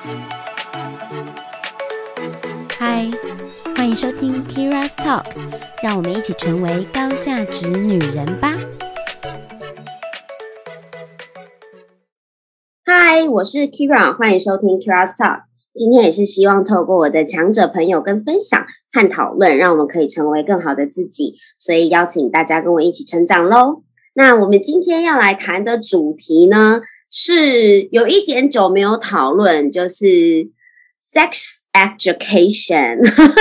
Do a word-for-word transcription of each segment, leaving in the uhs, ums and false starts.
嗨，欢迎收听 Kira's Talk， 让我们一起成为高价值女人吧。嗨，我是 Kira， 欢迎收听 Kira's Talk。今天也是希望透过我的强者朋友跟分享和讨论，让我们可以成为更好的自己，所以邀請大家跟我一起成長咯。那我們今天要來談的主題呢，是有一點久沒有討論，就是 sex education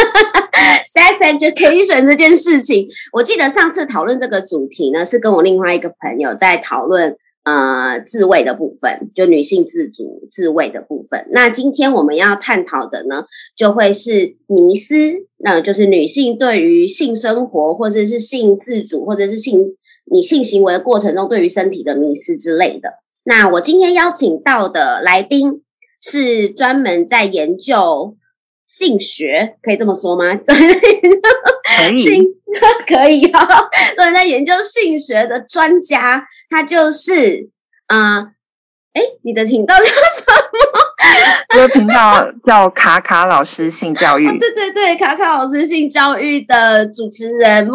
sex education 這件事情。我記得上次討論這個主題呢，是跟我另外一個朋友在討論呃，自慰的部分，就女性自主自慰的部分。那今天我們要探討的呢，就會是迷思，那就是女性對於性生活，或者是性自主，或者是性你性行為的過程中對於身體的迷思之類的。那我今天邀請到的來賓是專門在研究性學，可以這麼說嗎？專門在研究可以性可以啊，专门在研究性学的专家，他就是呃，哎，你的频道叫什么？ 我的频道叫卡卡老师性教育。 哦、对对对，卡卡老师性教育的主持人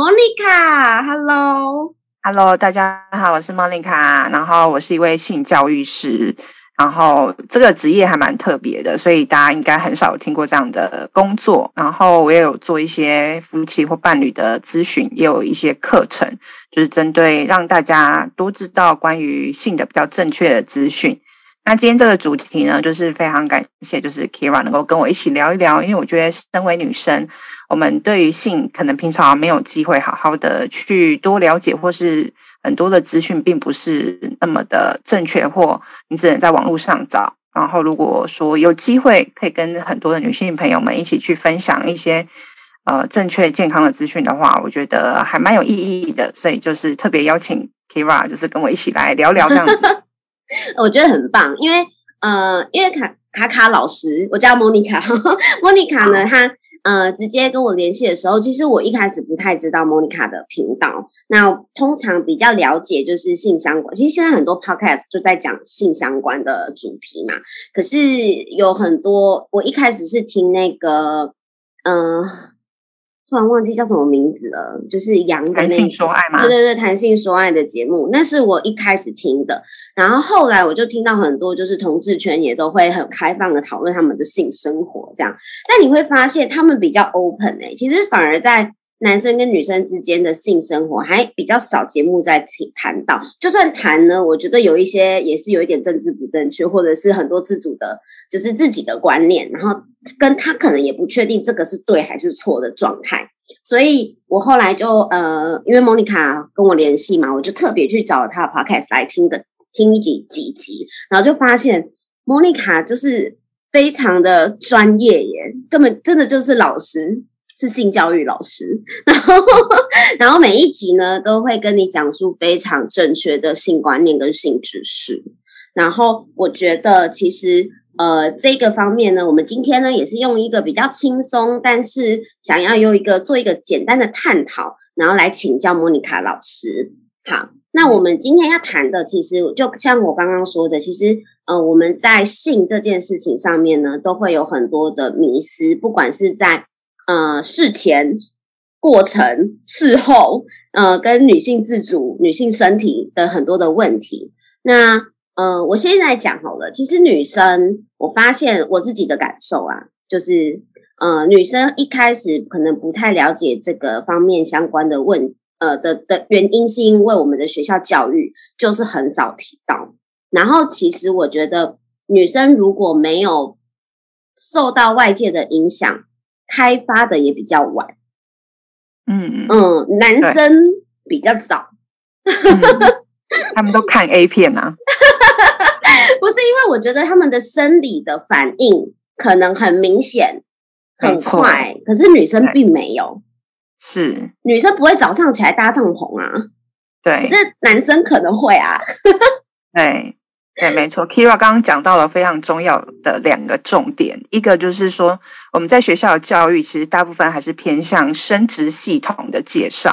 Monica。Hello，Hello， Hello， 大家好，我是 Monica， 然后我是一位性教育师。然后这个职业还蛮特别的，所以大家应该很少有听过这样的工作。然后我也有做一些夫妻或伴侣的咨询，也有一些课程，就是针对让大家多知道关于性的比较正确的资讯。那今天这个主题呢，就是非常感谢就是 Kira 能够跟我一起聊一聊，因为我觉得身为女生，我们对于性可能平常没有机会好好的去多了解，或是很多的资讯并不是那么的正确，或你只能在网络上找。然后如果说有机会可以跟很多的女性朋友们一起去分享一些呃正确健康的资讯的话，我觉得还蛮有意义的，所以就是特别邀请 Kira 就是跟我一起来聊聊这样子。 我觉得很棒，因为呃，因为卡卡卡老师，我叫 Monica，Monica 呢，她呃直接跟我联系的时候，其实我一开始不太知道 Monica 的频道。那通常比较了解就是性相关，其实现在很多 podcast 就在讲性相关的主题嘛。可是有很多，我一开始是听那个呃。突然忘記叫什麼名字了，就是楊的那個談性說愛嗎？ 對對對，談性說愛的節目，那是我一開始聽的。然後後來我就聽到很多就是同志圈也都會很開放的討論他們的性生活這樣。但你會發現他們比較 open 欸，其實反而在男生跟女生之間的性生活還比較少節目在談到。就算談呢，我覺得有一些也是有一點政治不正確，或者是很多自主的就是自己的觀念，然後跟他可能也不確定這個是對還是錯的狀態。所以我後來就呃，因為 Monica 跟我聯繫嘛，我就特別去找他的 podcast 來聽的聽幾幾集，然後就發現 Monica 就是非常的專業耶，根本真的就是老師，是性教育老師，然後然後每一集呢都會跟你講述非常正確的性觀念跟性知識。然後我覺得其實呃這個方面呢，我們今天呢也是用一個比較輕鬆，但是想要用一個做一個簡單的探討，然後來請教 Monica 老師。好，那我們今天要談的其實就像我剛剛說的，其實呃我們在性這件事情上面呢都會有很多的迷思，不管是在呃，事前、過程、事後，呃，跟女性自主、女性身體的很多的問題。那呃，我現在講好了，其實女生，我發現我自己的感受啊，就是呃，女生一開始可能不太了解這個方面相關的問呃的的原因，是因為我們的學校教育就是很少提到。然後其實我覺得女生如果沒有受到外界的影響，開發的也比較晚， 嗯嗯，男生比較早， 嗯、他們都看 A 片啊， 不是，因為我覺得他們的生理的反應可能很明顯很快，可是女生並沒有， 是女生不會早上起來搭帳篷啊， 對， 可是男生可能會啊， 對对，没错 Kira 刚刚讲到了非常重要的两个重点，一个就是说我们在学校的教育其实大部分还是偏向生殖系统的介绍，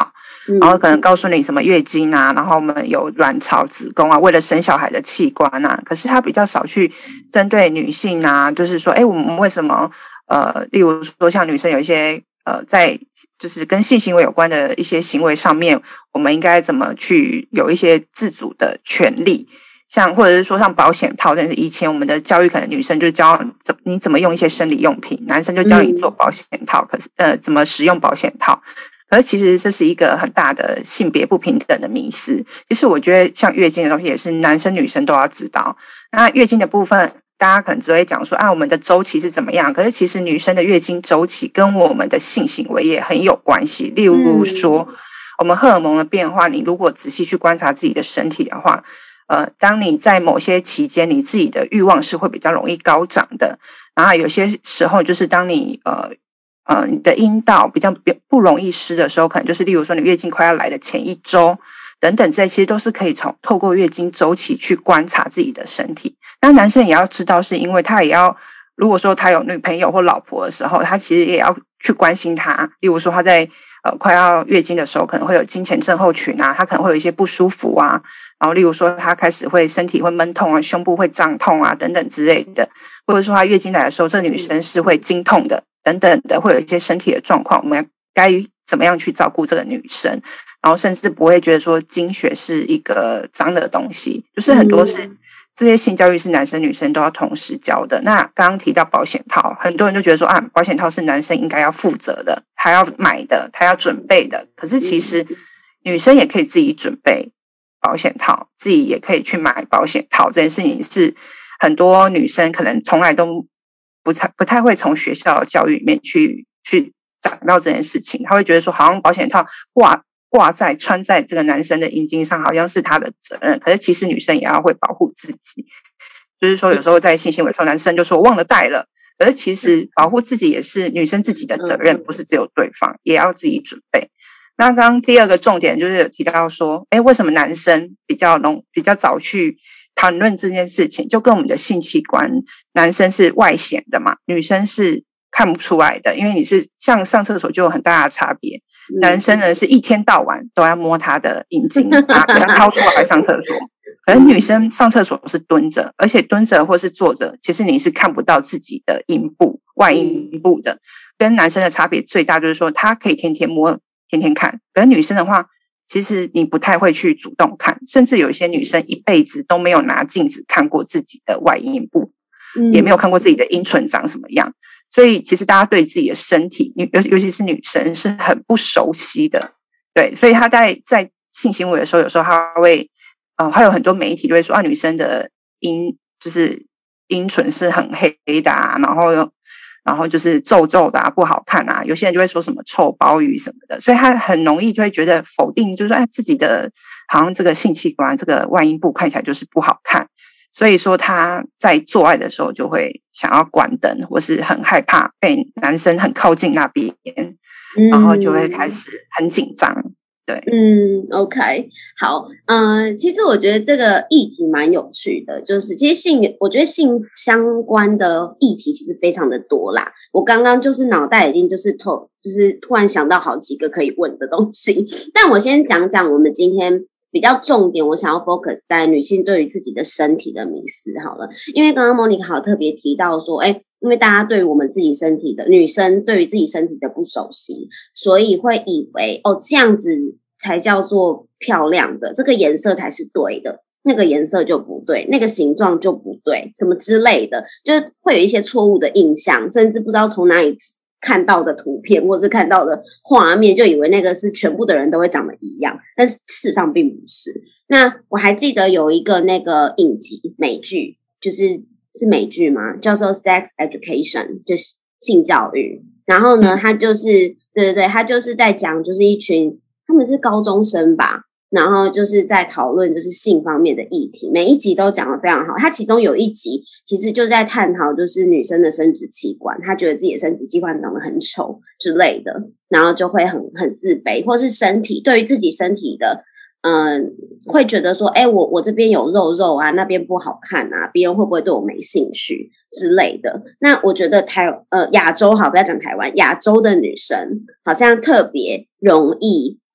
嗯、然后可能告诉你什么月经啊，然后我们有卵巢、子宫啊，为了生小孩的器官啊，可是他比较少去针对女性啊，就是说，哎，我们为什么呃，例如说像女生有一些呃，在就是跟性行为有关的一些行为上面，我们应该怎么去有一些自主的权利。像或者是说像保险套，但是以前我们的教育可能女生就教怎你怎么用一些生理用品，男生就教你做保险套，可是呃怎么使用保险套。可是其实这是一个很大的性别不平等的迷思。就是我觉得像月经的东西也是男生女生都要知道。那月经的部分大家可能只会讲说啊我们的周期是怎么样，可是其实女生的月经周期跟我们的性行为也很有关系。例如说、嗯、我们荷尔蒙的变化，你如果仔细去观察自己的身体的话，呃，当你在某些期间，你自己的欲望是会比较容易高涨的。然后有些时候，就是当你呃呃你的阴道比较不容易湿的时候，可能就是例如说你月经快要来的前一周等等，这些其实都是可以从透过月经周期去观察自己的身体。那男生也要知道，是因为他也要，如果说他有女朋友或老婆的时候，他其实也要去关心他。例如说他在呃快要月经的时候，可能会有经前症候群啊，他可能会有一些不舒服啊。然后例如说他开始会身体会闷痛啊，胸部会胀痛啊等等之类的，或者说他月经来的时候这个女生是会经痛的等等的，会有一些身体的状况，我们该怎么样去照顾这个女生，然后甚至不会觉得说经血是一个脏的东西，就是很多是这些性教育是男生女生都要同时教的。那刚刚提到保险套，很多人就觉得说啊，保险套是男生应该要负责的，他要买的，他要准备的，可是其实女生也可以自己准备保险套，自己也可以去买保险套。这件事情是很多女生可能从来都不太不太会从学校教育里面去去讲到这件事情。他会觉得说，好像保险套挂挂在穿在这个男生的阴茎上，好像是他的责任。可是其实女生也要会保护自己，就是说有时候在性行为的时候，男生就说我忘了带了，可是其实保护自己也是女生自己的责任，不是只有对方，也要自己准备。那刚刚第二个重点就是有提到说，诶，为什么男生比较浓比较早去谈论这件事情，就跟我们的性器官，男生是外显的嘛，女生是看不出来的，因为你是像上厕所就有很大的差别。嗯、男生呢是一天到晚都要摸他的阴茎，把它掏出来上厕所，可是女生上厕所是蹲着，而且蹲着或是坐着，其实你是看不到自己的阴部外阴部的。跟男生的差别最大就是说，他可以天天摸天天看，可是女生的话其实你不太会去主动看，甚至有一些女生一辈子都没有拿镜子看过自己的外阴部、嗯、也没有看过自己的阴唇长什么样。所以其实大家对自己的身体尤尤其是女生是很不熟悉的，对，所以她在在性行为的时候，有时候她会呃，还有很多媒体就会说啊，女生的阴就是阴唇是很黑的啊，然后然后就是皱皱的啊，不好看啊，有些人就会说什么臭鲍鱼什么的，所以他很容易就会觉得否定，就是说哎，自己的好像这个性器官这个外阴部看起来就是不好看，所以说他在做爱的时候就会想要关灯，或是很害怕被男生很靠近那边、嗯、然后就会开始很紧张。对， 嗯 ，OK， 好，嗯、呃，其实我觉得这个议题蛮有趣的，就是其实性，我觉得性相关的议题其实非常的多啦。我刚刚就是脑袋已经就是透，就是突然想到好几个可以问的东西，但我先讲讲我们今天比较重点，我想要 focus 在女性对于自己的身体的迷思好了，因为刚刚 Monica 好特别提到说，哎，因为大家对于我们自己身体的女生对于自己身体的不熟悉，所以会以为哦这样子才叫做漂亮的，这个颜色才是对的，那个颜色就不对，那个形状就不对，什么之类的，就是会有一些错误的印象，甚至不知道从哪里看到的图片或是看到的画面，就以为那个是全部的人都会长得一样，但是事实上并不是。那我还记得有一个那个影集美剧，就是是美剧吗？叫做 Sex Education， 就是性教育。然后呢，它就是对对对，它就是在讲，就是一群他们是高中生吧，然后就是在讨论就是性方面的议题，每一集都讲得非常好。它其中有一集其实就在探讨就是女生的生殖器官，她觉得自己的生殖器官长得很丑之类的，然后就会很很自卑，或是身体对于自己身体的嗯、呃，会觉得说，哎，我我这边有肉肉啊，那边不好看啊，别人会不会对我没兴趣之类的。那我觉得台呃亚洲好，不要讲台湾，亚洲的女生好像特别容易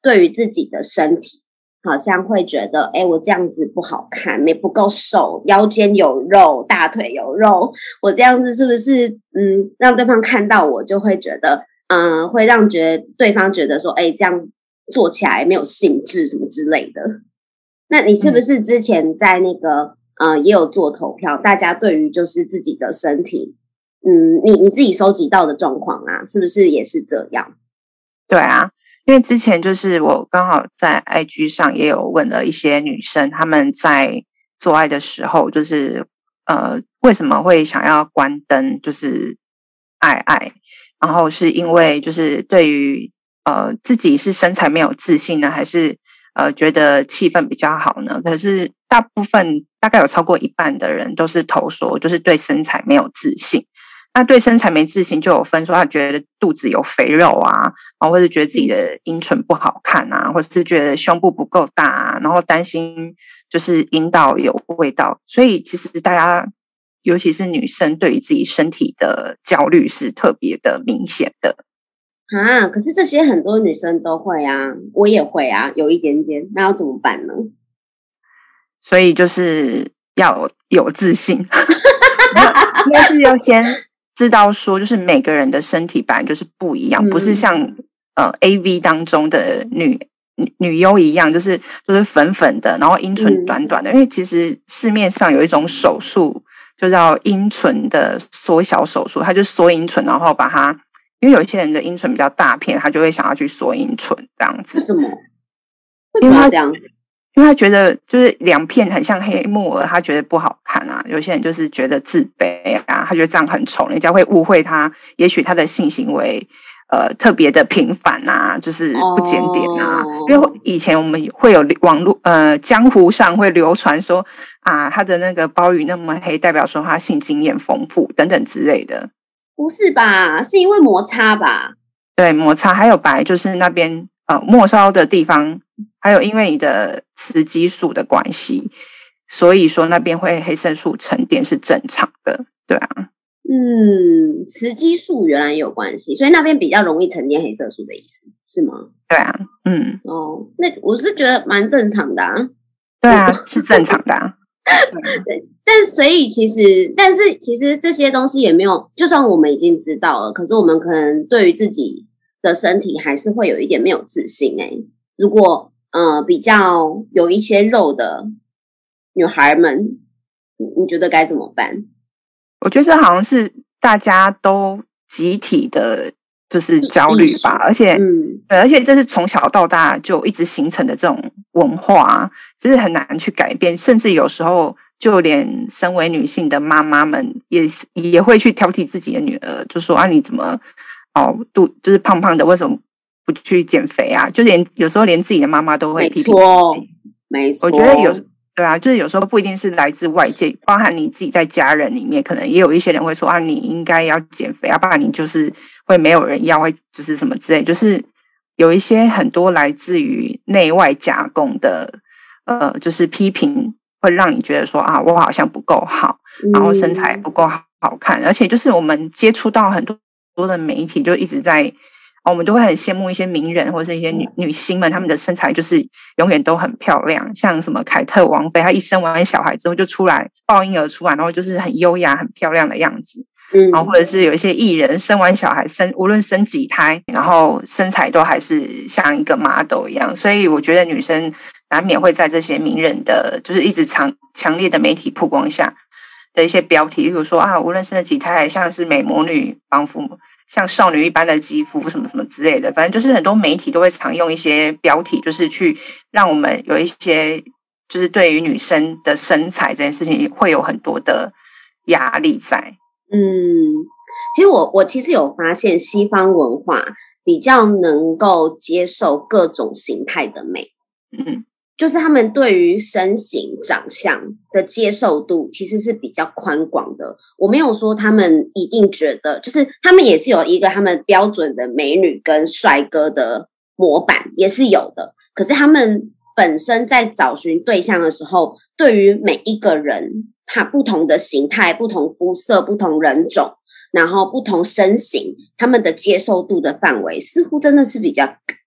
对于自己的身体好像会觉得，哎，我这样子不好看，没不够瘦，腰间有肉，大腿有肉，我这样子是不是嗯让对方看到我就会觉得，嗯、呃，会让觉得对方觉得说，哎，这样做起来没有兴致什么之类的。那你是不是之前在那个、嗯、呃也有做投票？大家对于就是自己的身体，嗯，你你自己收集到的状况啊，是不是也是这样？ 对啊，因为之前就是我刚好在 I G 上也有问了一些女生，她们在做爱的时候，就是呃为什么会想要关灯，就是爱爱，然后是因为就是对于呃自己是身材没有自信呢，还是呃觉得气氛比较好呢？可是大部分大概有超过一半的人都是投说，就是对身材没有自信。那对身材没自信，就有分说他觉得肚子有肥肉啊，然后或是觉得自己的阴唇不好看啊，或者是觉得胸部不够大啊，然后担心就是阴道有味道。所以其实大家，尤其是女生，对于自己身体的焦虑是特别的明显的。 啊，可是这些很多女生都会啊，我也会啊，有一点点，那要怎么办呢？ 所以就是要有自信，应该是要先知道说，就是每个人的身体本来就是不一样，嗯、不是像呃 A V 当中的女女女优一样，就是就是粉粉的，然后阴唇短短的。嗯、因为其实市面上有一种手术，就叫阴唇的缩小手术，它就缩阴唇，然后把它，因为有一些人的阴唇比较大片，他就会想要去缩阴唇这样子。 为什么？为什么要这样？ 因为他觉得就是两片很像黑木耳，他觉得不好看啊。有些人就是觉得自卑啊，他觉得这样很丑，人家会误会他，也许他的性行为呃特别的频繁啊，就是不检点啊。Oh. 因为以前我们会有网络呃江湖上会流传说啊，他的那个鲍鱼那么黑，代表说他性经验丰富等等之类的。 不是吧？是因为摩擦吧？ 对，摩擦还有白，就是那边呃末梢的地方。还有因为你的雌激素的关系，所以说那边会黑色素沉淀是正常的，对啊。 嗯，雌激素原来也有关系，所以那边比较容易沉淀黑色素的意思是吗？ 对啊，嗯。 哦，那我是觉得蛮正常的啊。 对啊，是正常的啊。 对，但所以其实，但是其实这些东西也没有，就算我们已经知道了，可是我们可能对于自己的身体还是会有一点没有自信哎、欸。如果呃，比较有一些肉的女孩们，你觉得该怎么办？ 我觉得这好像是大家都集体的，就是焦虑吧。而且，嗯，对，而且这是从小到大就一直形成的这种文化，就是很难去改变。甚至有时候，就连身为女性的妈妈们也也会去挑剔自己的女儿，就说啊，你怎么哦肚就是胖胖的，为什么不去减肥啊？就连有时候连自己的妈妈都会批评。 没错，没错。 我觉得有对啊，就是有时候不一定是来自外界，包含你自己在家人里面，可能也有一些人会说啊，你应该要减肥，要不然你就是会没有人要，会就是什么之类，就是有一些很多来自于内外夹攻的，呃，就是批评，会让你觉得说啊，我好像不够好，然后身材不够好好看，嗯、而且就是我们接触到很多。多的媒体就一直在、哦、我们都会很羡慕一些名人或者是一些女女星们，她们的身材就是永远都很漂亮，像什么凯特王妃，她一生完小孩之后就出来抱婴儿出来，然后就是很优雅很漂亮的样子，嗯，然后或者是有一些艺人生完小孩生无论生几胎，然后身材都还是像一个 model 一样，所以我觉得女生难免会在这些名人的就是一直强强烈的媒体曝光下的一些标题，例如说啊，无论生了几胎，像是美魔女仿佛像少女一般的肌肤什么什么之类的，反正就是很多媒体都会常用一些标题，就是去让我们有一些就是对于女生的身材这件事情会有很多的压力在。 嗯，其实我我其实有发现西方文化比较能够接受各种形态的美，嗯。就是他们对于身形长相的接受度其实是比较宽广的。我没有说他们一定觉得，就是他们也是有一个他们标准的美女跟帅哥的模板，也是有的。可是他们本身在找寻对象的时候，对于每一个人他不同的形态、不同肤色、不同人种，然后不同身形，他们的接受度的范围似乎真的是比较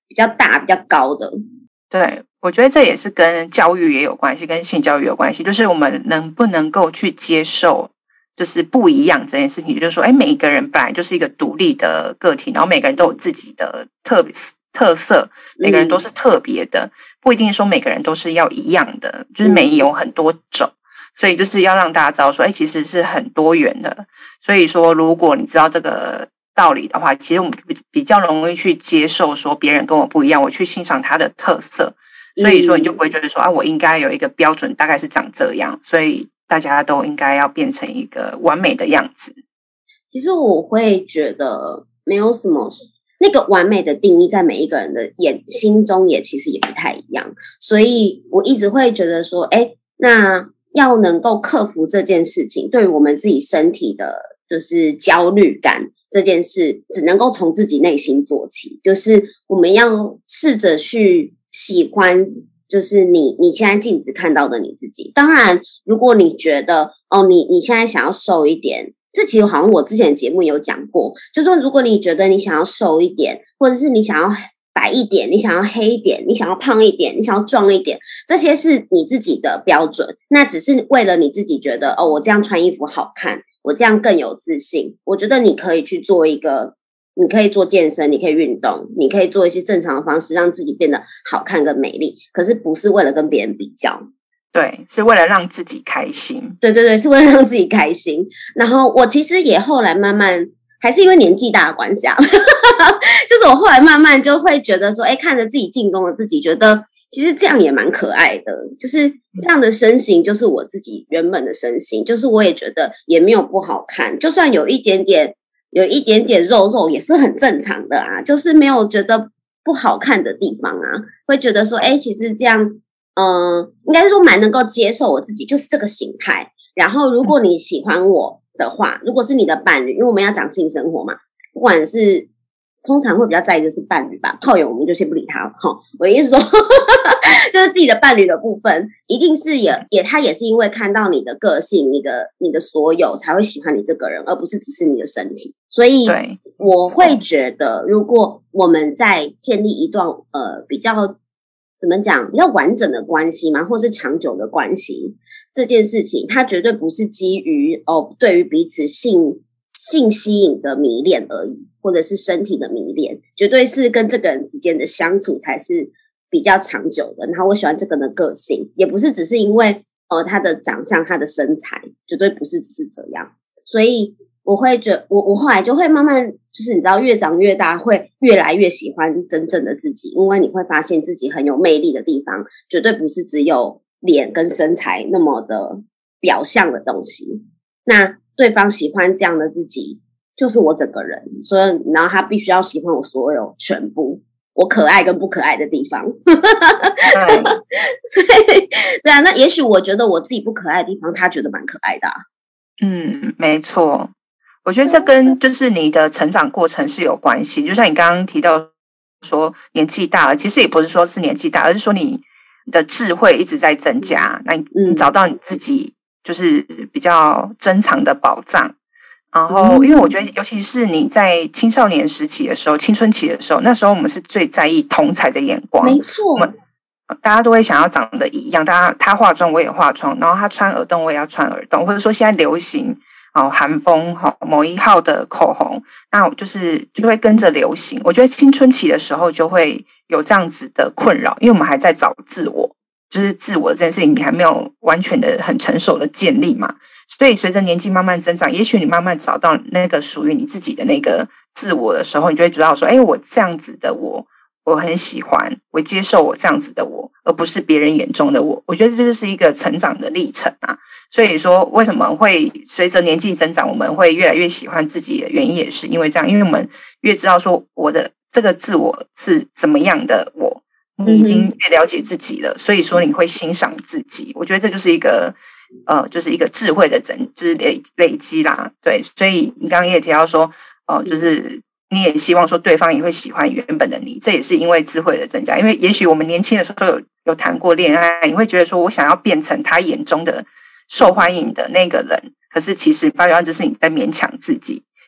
比较大、比较高的。 对，我觉得这也是跟教育也有关系，跟性教育有关系，就是我们能不能够去接受就是不一样这件事情，就是说，哎，每一个人本来就是一个独立的个体，然后每个人都有自己的特特色，每个人都是特别的，嗯、不一定说每个人都是要一样的，就是每有很多种，嗯、所以就是要让大家知道说，哎，其实是很多元的。所以说，如果你知道这个道理的话，其实我们比较容易去接受说别人跟我不一样，我去欣赏他的特色，所以说你就不会觉得说、嗯、啊，我应该有一个标准，大概是长这样，所以大家都应该要变成一个完美的样子。 其实我会觉得没有什么那个完美的定义，在每一个人的眼心中也其实也不太一样，所以我一直会觉得说，哎，那要能够克服这件事情，对于我们自己身体的就是焦虑感这件事，只能够从自己内心做起，就是我们要试着去喜欢就是你你现在镜子看到的你自己。当然如果你觉得哦你你现在想要瘦一点，这其实好像我之前的节目有讲过，就是说如果你觉得你想要瘦一点，或者是你想要白一点，你想要黑一点，你想要胖一点，你想要壮一点，这些是你自己的标准，那只是为了你自己觉得哦我这样穿衣服好看，我这样更有自信，我觉得你可以去做一个，你可以做健身，你可以运动，你可以做一些正常的方式让自己变得好看跟美丽，可是不是为了跟别人比较， 对，是为了让自己开心。 对对对，是为了让自己开心。然后我其实也后来慢慢还是因为年纪大的关系啊就是我后来慢慢就会觉得说，哎，看着自己镜中的自己，觉得其实这样也蛮可爱的，就是这样的身形就是我自己原本的身形，就是我也觉得也没有不好看，就算有一点点有一点点肉肉也是很正常的啊，就是没有觉得不好看的地方啊，会觉得说，哎，其实这样嗯、呃，应该是说蛮能够接受我自己就是这个形态。然后如果你喜欢我的话，如果是你的伴侣，因为我们要讲性生活嘛，不管是通常会比较在意的是伴侣吧，炮友我们就先不理他哈。我的意思说就是自己的伴侣的部分，一定是也也他也是因为看到你的个性，你的你的所有才会喜欢你这个人，而不是只是你的身体。所以我会觉得，如果我们在建立一段呃比较怎么讲比较完整的关系嘛，或是长久的关系，这件事情它绝对不是基于哦对于彼此性性吸引的迷恋而已，或者是身体的迷恋，绝对是跟这个人之间的相处才是比较长久的。然后我喜欢这个人的个性，也不是只是因为呃他的长相他的身材，绝对不是只是这样。所以我会觉得我我后来就会慢慢就是你知道越长越大会越来越喜欢真正的自己，因为你会发现自己很有魅力的地方绝对不是只有脸跟身材那么的表象的东西，那对方喜欢这样的自己就是我整个人，所以然后他必须要喜欢我所有全部我可爱跟不可爱的地方所以对啊，那也许我觉得我自己不可爱的地方他觉得蛮可爱的啊。 嗯，没错，我觉得这跟就是你的成长过程是有关系，就像你刚刚提到说年纪大了，其实也不是说是年纪大，而是说你的智慧一直在增加，那你找到你自己就是比较珍藏的宝藏。然后因为我觉得尤其是你在青少年时期的时候，青春期的时候，那时候我们是最在意同侪的眼光， 没错， 大家都会想要长得一样，大家他化妆我也化妆，然后他穿耳洞我也要穿耳洞，或者说现在流行哦韩风哈、哦、某一号的口红，那就是就会跟着流行。我觉得青春期的时候就会有这样子的困扰，因为我们还在找自我，就是自我这件事情你还没有完全的很成熟的建立嘛，所以随着年纪慢慢增长，也许你慢慢找到那个属于你自己的那个自我的时候，你就会知道说，哎，我这样子的我我很喜欢，我接受我这样子的我，而不是别人眼中的我。我觉得这就是一个成长的历程啊。所以说为什么会随着年纪增长我们会越来越喜欢自己的原因也是因为这样，因为我们越知道说我的这个自我是怎么样的我，你已经越了解自己了，所以说你会欣赏自己。我觉得这就是一个呃，就是一个智慧的增，就是累累积啦。对，所以你刚刚也提到说哦、呃，就是你也希望说对方也会喜欢原本的你，这也是因为智慧的增加。因为也许我们年轻的时候有有谈过恋爱，你会觉得说我想要变成他眼中的受欢迎的那个人，可是其实发现这是你在勉强自己，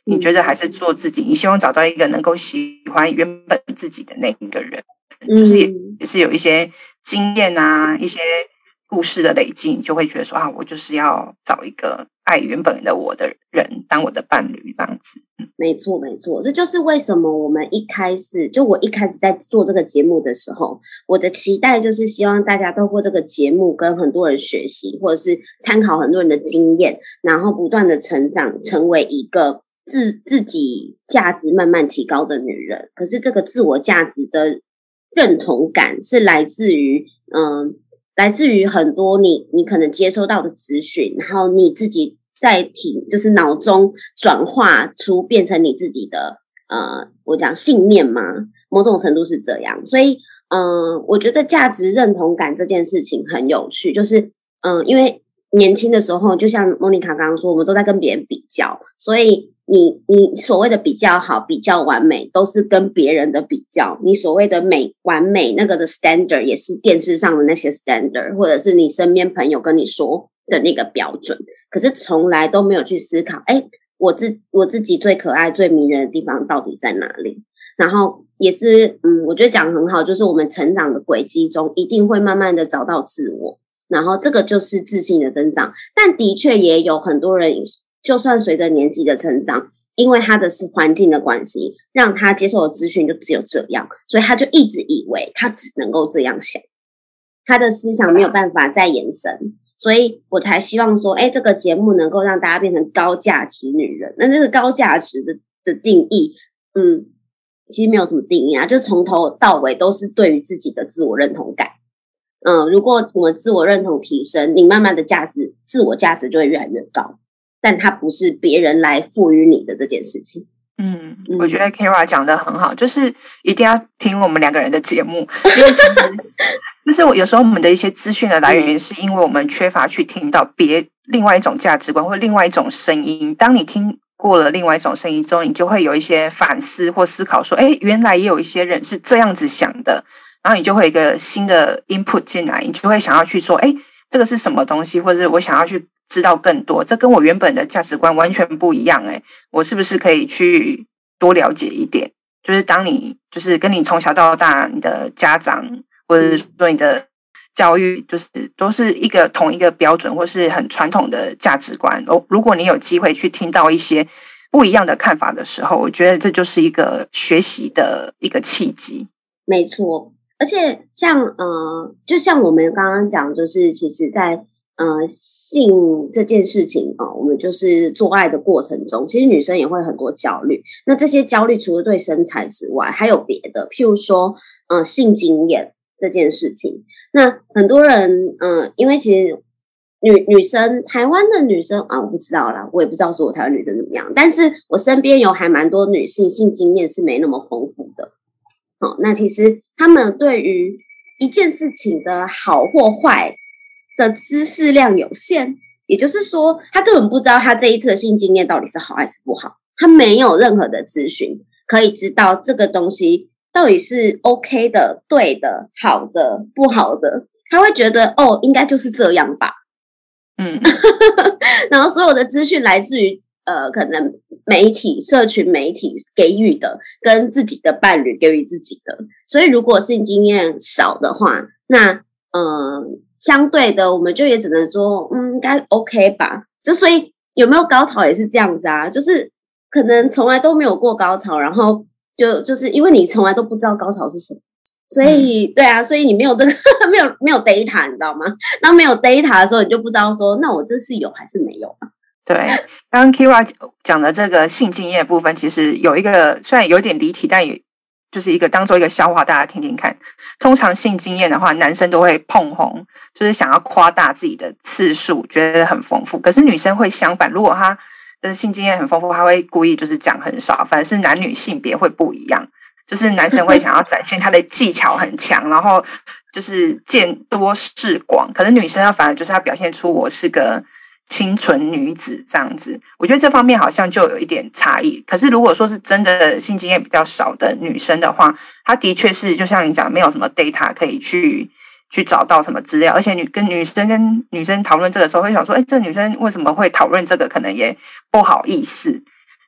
你觉得还是做自己，你希望找到一个能够喜欢原本自己的那一个人，就是也也是有一些经验啊，一些故事的累积，你就会觉得说啊，我就是要找一个爱原本的我的人当我的伴侣这样子。 没错没错，这就是为什么我们一开始就我一开始在做这个节目的时候，我的期待就是希望大家透过这个节目跟很多人学习，或者是参考很多人的经验，然后不断的成长，成为一个自自己价值慢慢提高的女人。可是这个自我价值的认同感是来自于嗯，来自于很多你你可能接收到的资讯，然后你自己在体就是脑中转化出变成你自己的呃，我讲信念嘛，某种程度是这样。所以嗯、呃，我觉得价值认同感这件事情很有趣，就是嗯、呃，因为年轻的时候，就像莫妮卡刚刚说，我们都在跟别人比较，所以你你所谓的比较好、比较完美，都是跟别人的比较。你所谓的美完美那个的 standard， 也是电视上的那些 standard， 或者是你身边朋友跟你说的那个标准。可是从来都没有去思考，哎，我自我自己最可爱、最迷人的地方到底在哪里？然后也是，嗯，我觉得讲得很好，就是我们成长的轨迹中，一定会慢慢的找到自我。然后这个就是自信的增长，但的确也有很多人，就算随着年纪的成长，因为他的是环境的关系，让他接受的资讯就只有这样，所以他就一直以为他只能够这样想，他的思想没有办法再延伸，所以我才希望说，哎，这个节目能够让大家变成高价值女人。那这个高价值的的定义，嗯，其实没有什么定义啊，就从头到尾都是对于自己的自我认同感。嗯，如果我们自我认同提升，你慢慢的价值自我价值就会越来越高，但它不是别人来赋予你的这件事情。 嗯，我觉得 Kira 讲得很好，就是一定要听我们两个人的节目，因为其实就是有时候我们的一些资讯的来源，是因为我们缺乏去听到别另外一种价值观或另外一种声音。当你听过了另外一种声音之后，你就会有一些反思或思考，说，哎，原来也有一些人是这样子想的。然后你就会有一个新的 input 进来，你就会想要去说，哎，这个是什么东西，或者我想要去知道更多，这跟我原本的价值观完全不一样，哎，我是不是可以去多了解一点？就是当你就是跟你从小到大，你的家长或者说你的教育，就是都是一个同一个标准，或是很传统的价值观。哦，如果你有机会去听到一些不一样的看法的时候，我觉得这就是一个学习的一个契机。 没错。而且像呃，就像我们刚刚讲，就是其实在呃性这件事情啊、哦，我们就是做爱的过程中，其实女生也会很多焦虑。那这些焦虑除了对身材之外，还有别的，譬如说呃性经验这件事情。那很多人嗯、呃，因为其实女女生，台湾的女生啊，我不知道啦，我也不知道说我台湾女生怎么样，但是我身边有还蛮多女性性经验是没那么丰富的。好，那其实他们对于一件事情的好或坏的知识量有限，也就是说，他根本不知道他这一次的性经验到底是好还是不好，他没有任何的资讯可以知道这个东西到底是 OK 的、对的、好的、不好的，他会觉得哦，应该就是这样吧， 嗯， 然后所有的资讯来自于。呃，可能媒体、社群媒体给予的，跟自己的伴侣给予自己的，所以如果性经验少的话，那呃，相对的，我们就也只能说，嗯，应该 OK 吧。就所以有没有高潮也是这样子啊，就是可能从来都没有过高潮，然后就就是因为你从来都不知道高潮是什么，所以、嗯、对啊，所以你没有这个没有没有 data， 你知道吗？当没有 data 的时候，你就不知道说，那我这是有还是没有啊？ 对，刚刚 Kira 讲的这个性经验的部分，其实有一个虽然有点离题，但也就是一个当做一个笑话，大家听听看。通常性经验的话，男生都会碰红，就是想要夸大自己的次数，觉得很丰富。可是女生会相反，如果她的性经验很丰富，她会故意就是讲很少，反而是男女性别会不一样。就是男生会想要展现他的技巧很强，然后就是见多识广，可是女生反而就是要表现出我是个清纯女子这样子，我觉得这方面好像就有一点差异。可是如果说是真的性经验比较少的女生的话，她的确是就像你讲，没有什么 data 可以去去找到什么资料，而且女跟女生跟女生讨论这个时候会想说，哎，这女生为什么会讨论这个，可能也不好意思。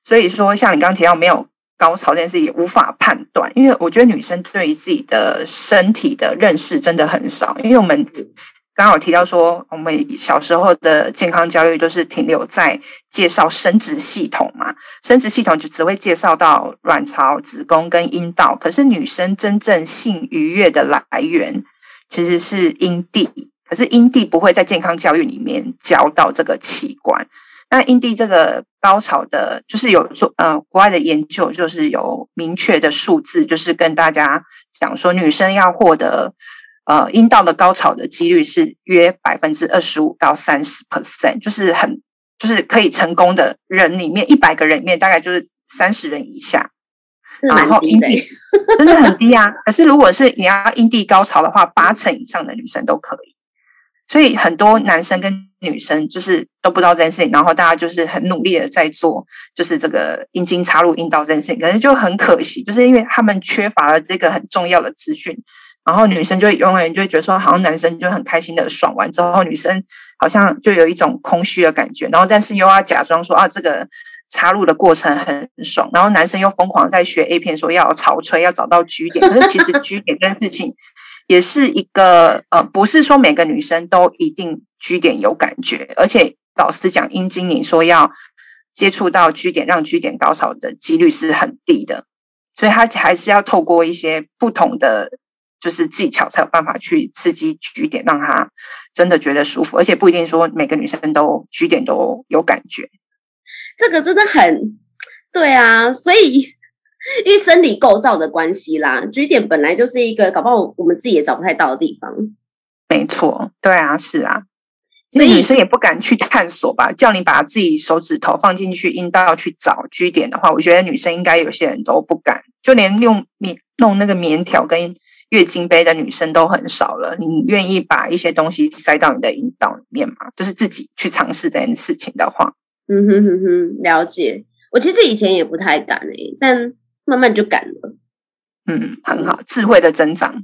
所以说像你刚刚提到没有高潮这件事也无法判断，因为我觉得女生对于自己的身体的认识真的很少，因为我们刚好提到说我们小时候的健康教育都是停留在介绍生殖系统嘛，生殖系统就只会介绍到卵巢、子宫跟阴道，可是女生真正性愉悦的来源其实是阴蒂，可是阴蒂不会在健康教育里面教到这个器官。那阴蒂这个高潮的，就是有做呃国外的研究，就是有明确的数字，就是跟大家讲说，女生要获得呃阴道的高潮的几率是约百分之二十五到三十 percent， 就是很就是可以成功的人里面，一百个人里面大概就是三十人以下。 然后阴蒂真的很低啊，可是如果是你要阴蒂高潮的话，八成以上的女生都可以。所以很多男生跟女生就是都不知道这件事情，然后大家就是很努力的在做，就是这个阴茎插入阴道这件事情，可是就很可惜，就是因为他们缺乏了这个很重要的资讯，然后女生就永远就会觉得说，好像男生就很开心的爽完之后，女生好像就有一种空虚的感觉，然后但是又要假装说啊这个插入的过程很爽，然后男生又疯狂在学 A 片说要潮吹，要找到 G 点，可是其实 G 点这件事情也是一个呃，不是说每个女生都一定 G 点有感觉，而且老实讲，阴茎你说要接触到 G 点，让 G 点高潮的几率是很低的，所以它还是要透过一些不同的就是技巧，才有办法去刺激 G 点，让它真的觉得舒服，而且不一定说每个女生都 G 点都有感觉。 这个真的很对啊，所以因为生理构造的关系啦 ，G 点本来就是一个搞不好我们自己也找不太到的地方。 没错，对啊，是啊，所以女生也不敢去探索吧。叫你把自己手指头放进去阴道去找 G 点的话，我觉得女生应该有些人都不敢，就连用棉弄那个棉条跟月经杯的女生都很少了。你愿意把一些东西塞到你的阴道里面吗？就是自己去尝试这件事情的话。 嗯哼哼哼，了解。我其实以前也不太敢诶、欸，但慢慢就敢了。 嗯，很好，智慧的增长。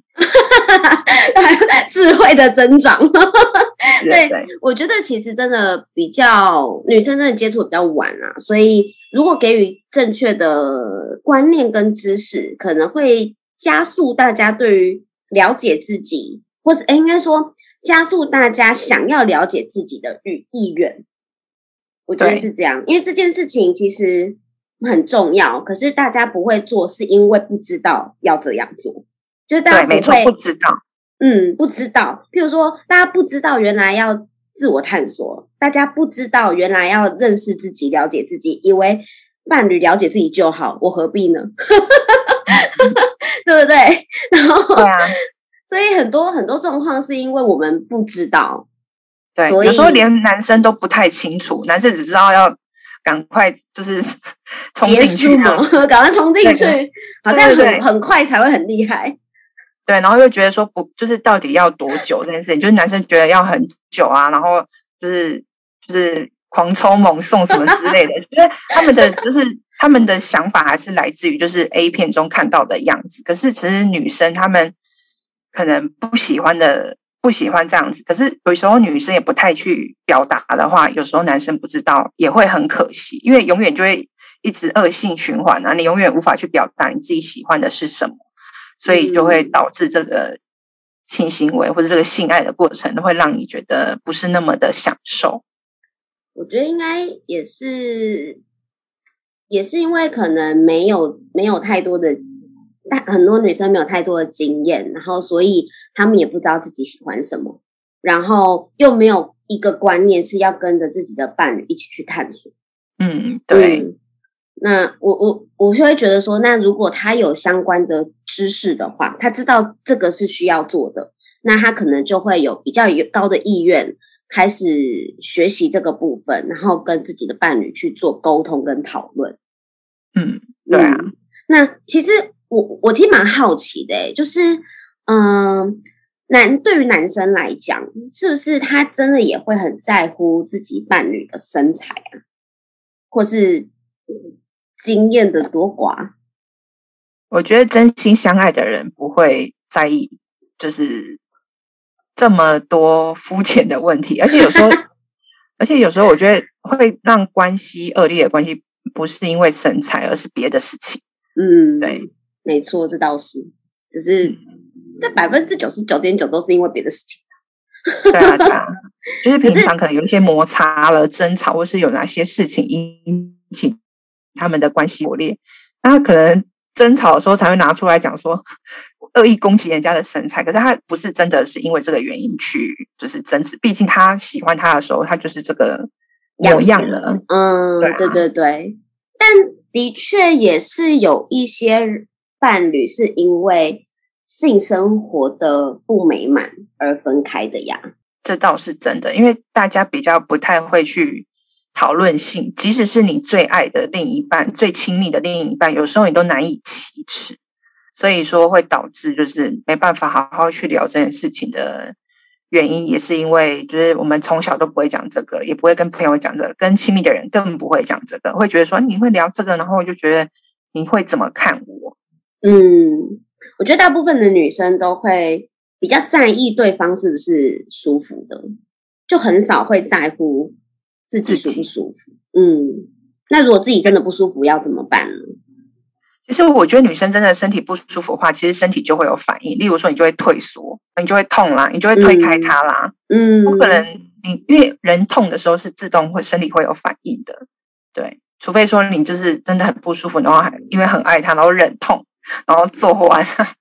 智慧的增长。对， 对对， 我觉得其实真的比较女生真的接触比较晚啊，所以如果给予正确的观念跟知识，可能会加速大家对于了解自己，或是应该说加速大家想要了解自己的意愿。我觉得是这样，因为这件事情其实很重要，可是大家不会做，是因为不知道要这样做，就是大家不会， 对，没错，不知道， 嗯，不知道。譬如说，大家不知道原来要自我探索，大家不知道原来要认识自己、了解自己，以为伴侣了解自己就好，我何必呢？对不对？然后， 对啊， 所以很多很多状况是因为我们不知道。 对，有时候连男生都不太清楚，男生只知道要赶快就是冲进去嘛， 赶快冲进去，好像很对对对很快才会很厉害。 对，然后又觉得说不，就是到底要多久这件事情，就是男生觉得要很久啊，然后就是就是狂抽猛送什么之类的，觉得他们的就是他们的想法还是来自于就是 A 片中看到的样子，可是其实女生他们可能不喜欢的。不喜欢这样子，可是有时候女生也不太去表达的话，有时候男生不知道也会很可惜，因为永远就会一直恶性循环啊，你永远无法去表达你自己喜欢的是什么，所以就会导致这个性行为或者这个性爱的过程会让你觉得不是那么的享受。 我觉得应该也是也是因为可能没有没有太多的但很多女生没有太多的经验，然后所以她们也不知道自己喜欢什么，然后又没有一个观念是要跟着自己的伴侣一起去探索。 嗯，对。 嗯、那我我我就会觉得说，那如果他有相关的知识的话，他知道这个是需要做的，那他可能就会有比较高的意愿开始学习这个部分，然后跟自己的伴侣去做沟通跟讨论。 嗯，对啊。 嗯、那其实。我我其实蛮好奇的，就是嗯、呃，男对于男生来讲，是不是他真的也会很在乎自己伴侣的身材啊，或是经验的多寡？ 我觉得真心相爱的人不会在意，就是这么多肤浅的问题，而且有时候，而且有时候我觉得会让关系恶劣的关系不是因为身材，而是别的事情。 嗯， 对， 没错，这倒是，只是但百分之九十九点九都是因为别的事情。 对啊，对啊，就是平常可能有一些摩擦了、争吵，或是有哪些事情引起他们的关系破裂，那可能争吵的时候才会拿出来讲说恶意攻击人家的身材，可是他不是真的是因为这个原因去就是争执，毕竟他喜欢他的时候，他就是这个模样了。 嗯，对啊，对对对，但的确也是有一些伴侣是因为性生活的不美满而分开的呀。 这倒是真的，因为大家比较不太会去讨论性，即使是你最爱的另一半、最亲密的另一半，有时候你都难以启齿，所以说会导致就是没办法好好去聊这件事情的原因，也是因为就是我们从小都不会讲这个，也不会跟朋友讲这个，跟亲密的人更不会讲这个，会觉得说你会聊这个，然后我就觉得你会怎么看我？ 嗯，我觉得大部分的女生都会比较在意对方是不是舒服的，就很少会在乎自己舒不舒服。嗯，那如果自己真的不舒服要怎么办呢？ 其实我觉得女生真的身体不舒服的话，其实身体就会有反应，例如说你就会退缩，你就会痛啦，你就会推开它啦。嗯，不可能你因为人痛的时候是自动会身体会有反应的，对，除非说你就是真的很不舒服，然后还因为很爱它，然后忍痛，然后做完。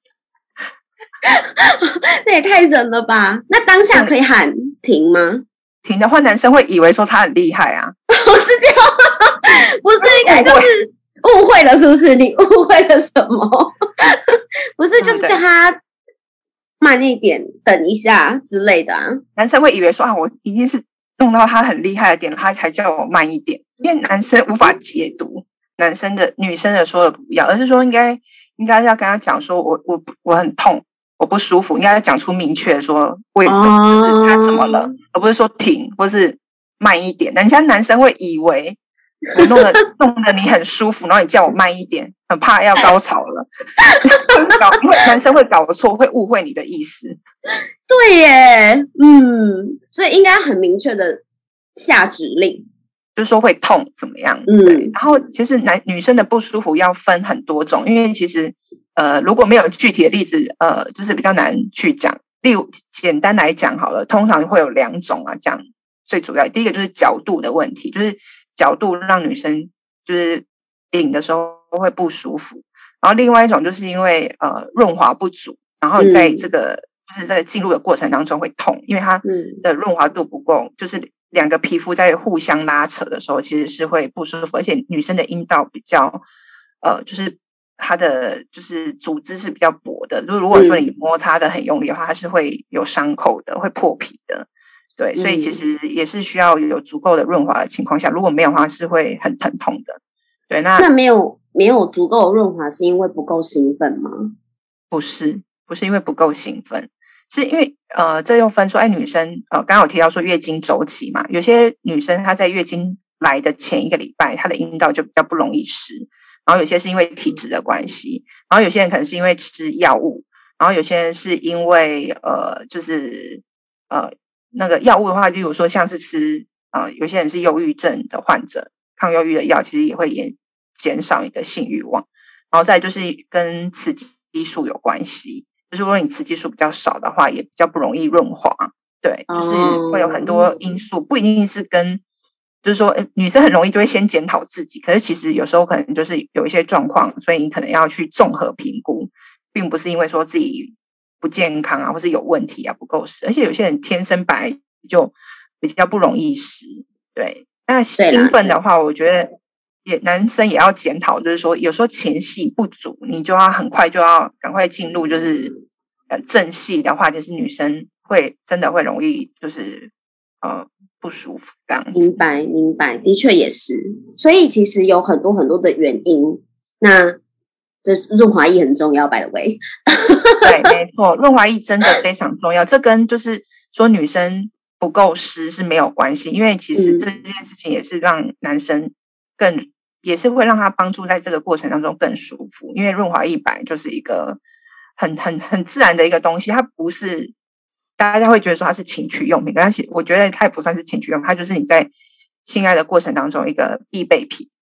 那也太忍了吧？那当下可以喊停吗？嗯， 停的话，男生会以为说他很厉害啊。 不是这样，不是应该就是误会了，是不是？你误会了什么？不是，就是叫他慢一点，等一下之类的啊。 男生会以为说啊，我一定是弄到他很厉害的点，他才叫我慢一点，因为男生无法解读男生的女生的说的不要，而是说应该应该要跟他讲说我我我很痛。我不舒服，应该讲出明确说为什么，就是他怎么了，而不是说停或是慢一点。人家男生会以为我弄得弄得你很舒服，然后你叫我慢一点，很怕要高潮了。因为男生会搞错，会误会你的意思。 对耶，嗯，所以应该很明确的下指令， 就是说会痛怎么样？ 嗯， 对。然后其实男女生的不舒服要分很多种，因为其实。呃，如果没有具体的例子，呃，就是比较难去讲。例如，简单来讲好了，通常会有两种啊，讲最主要，第一个就是角度的问题，就是角度让女生就是顶的时候会不舒服。然后另外一种就是因为呃润滑不足，然后在这个、嗯、就是在进入的过程当中会痛，因为它的润滑度不够，就是两个皮肤在互相拉扯的时候，其实是会不舒服，而且女生的阴道比较呃就是。它的就是组织是比较薄的，如果说你摩擦的很用力的话，它是会有伤口的，会破皮的。对，所以其实也是需要有足够的润滑的情况下，如果没有的话，是会很疼痛的。对，那那没有没有足够的润滑，是因为不够兴奋吗？ 不是，不是因为不够兴奋，是因为呃，这又分说，哎，女生呃，刚刚有提到说月经周期嘛，有些女生她在月经来的前一个礼拜，她的阴道就比较不容易湿。然后有些是因为体质的关系，然后有些人可能是因为吃药物，然后有些人是因为呃，就是呃那个药物的话，例如说像是吃呃，有些人是忧郁症的患者，抗忧郁的药其实也会减减少你的性欲望。然后再就是跟雌激素有关系，就是如果你雌激素比较少的话，也比较不容易润滑。对，就是会有很多因素，不一定是跟。就是说，女生很容易就会先检讨自己，可是其实有时候可能就是有一些状况，所以你可能要去综合评估，并不是因为说自己不健康啊，或是有问题啊，不够湿，而且有些人天生本来就比较不容易湿。对，那兴奋的话，我觉得也男生也要检讨，就是说有时候前戏不足，你就要很快就要赶快进入，就是呃正戏的话，就是女生会真的会容易就是呃。不舒服，这样子。 明白，明白，的确也是。所以其实有很多很多的原因。那这润滑液很重要 ，by the way。 对，没错，润滑液真的非常重要。这跟就是说女生不够湿是没有关系，因为其实这件事情也是让男生更，嗯、也是会让他帮助在这个过程当中更舒服。因为润滑液本来就是一个很很很自然的一个东西，它不是。大家会觉得说它是情趣用品，但是我觉得它也不算是情趣用品，它就是你在性爱的过程当中一个必备品。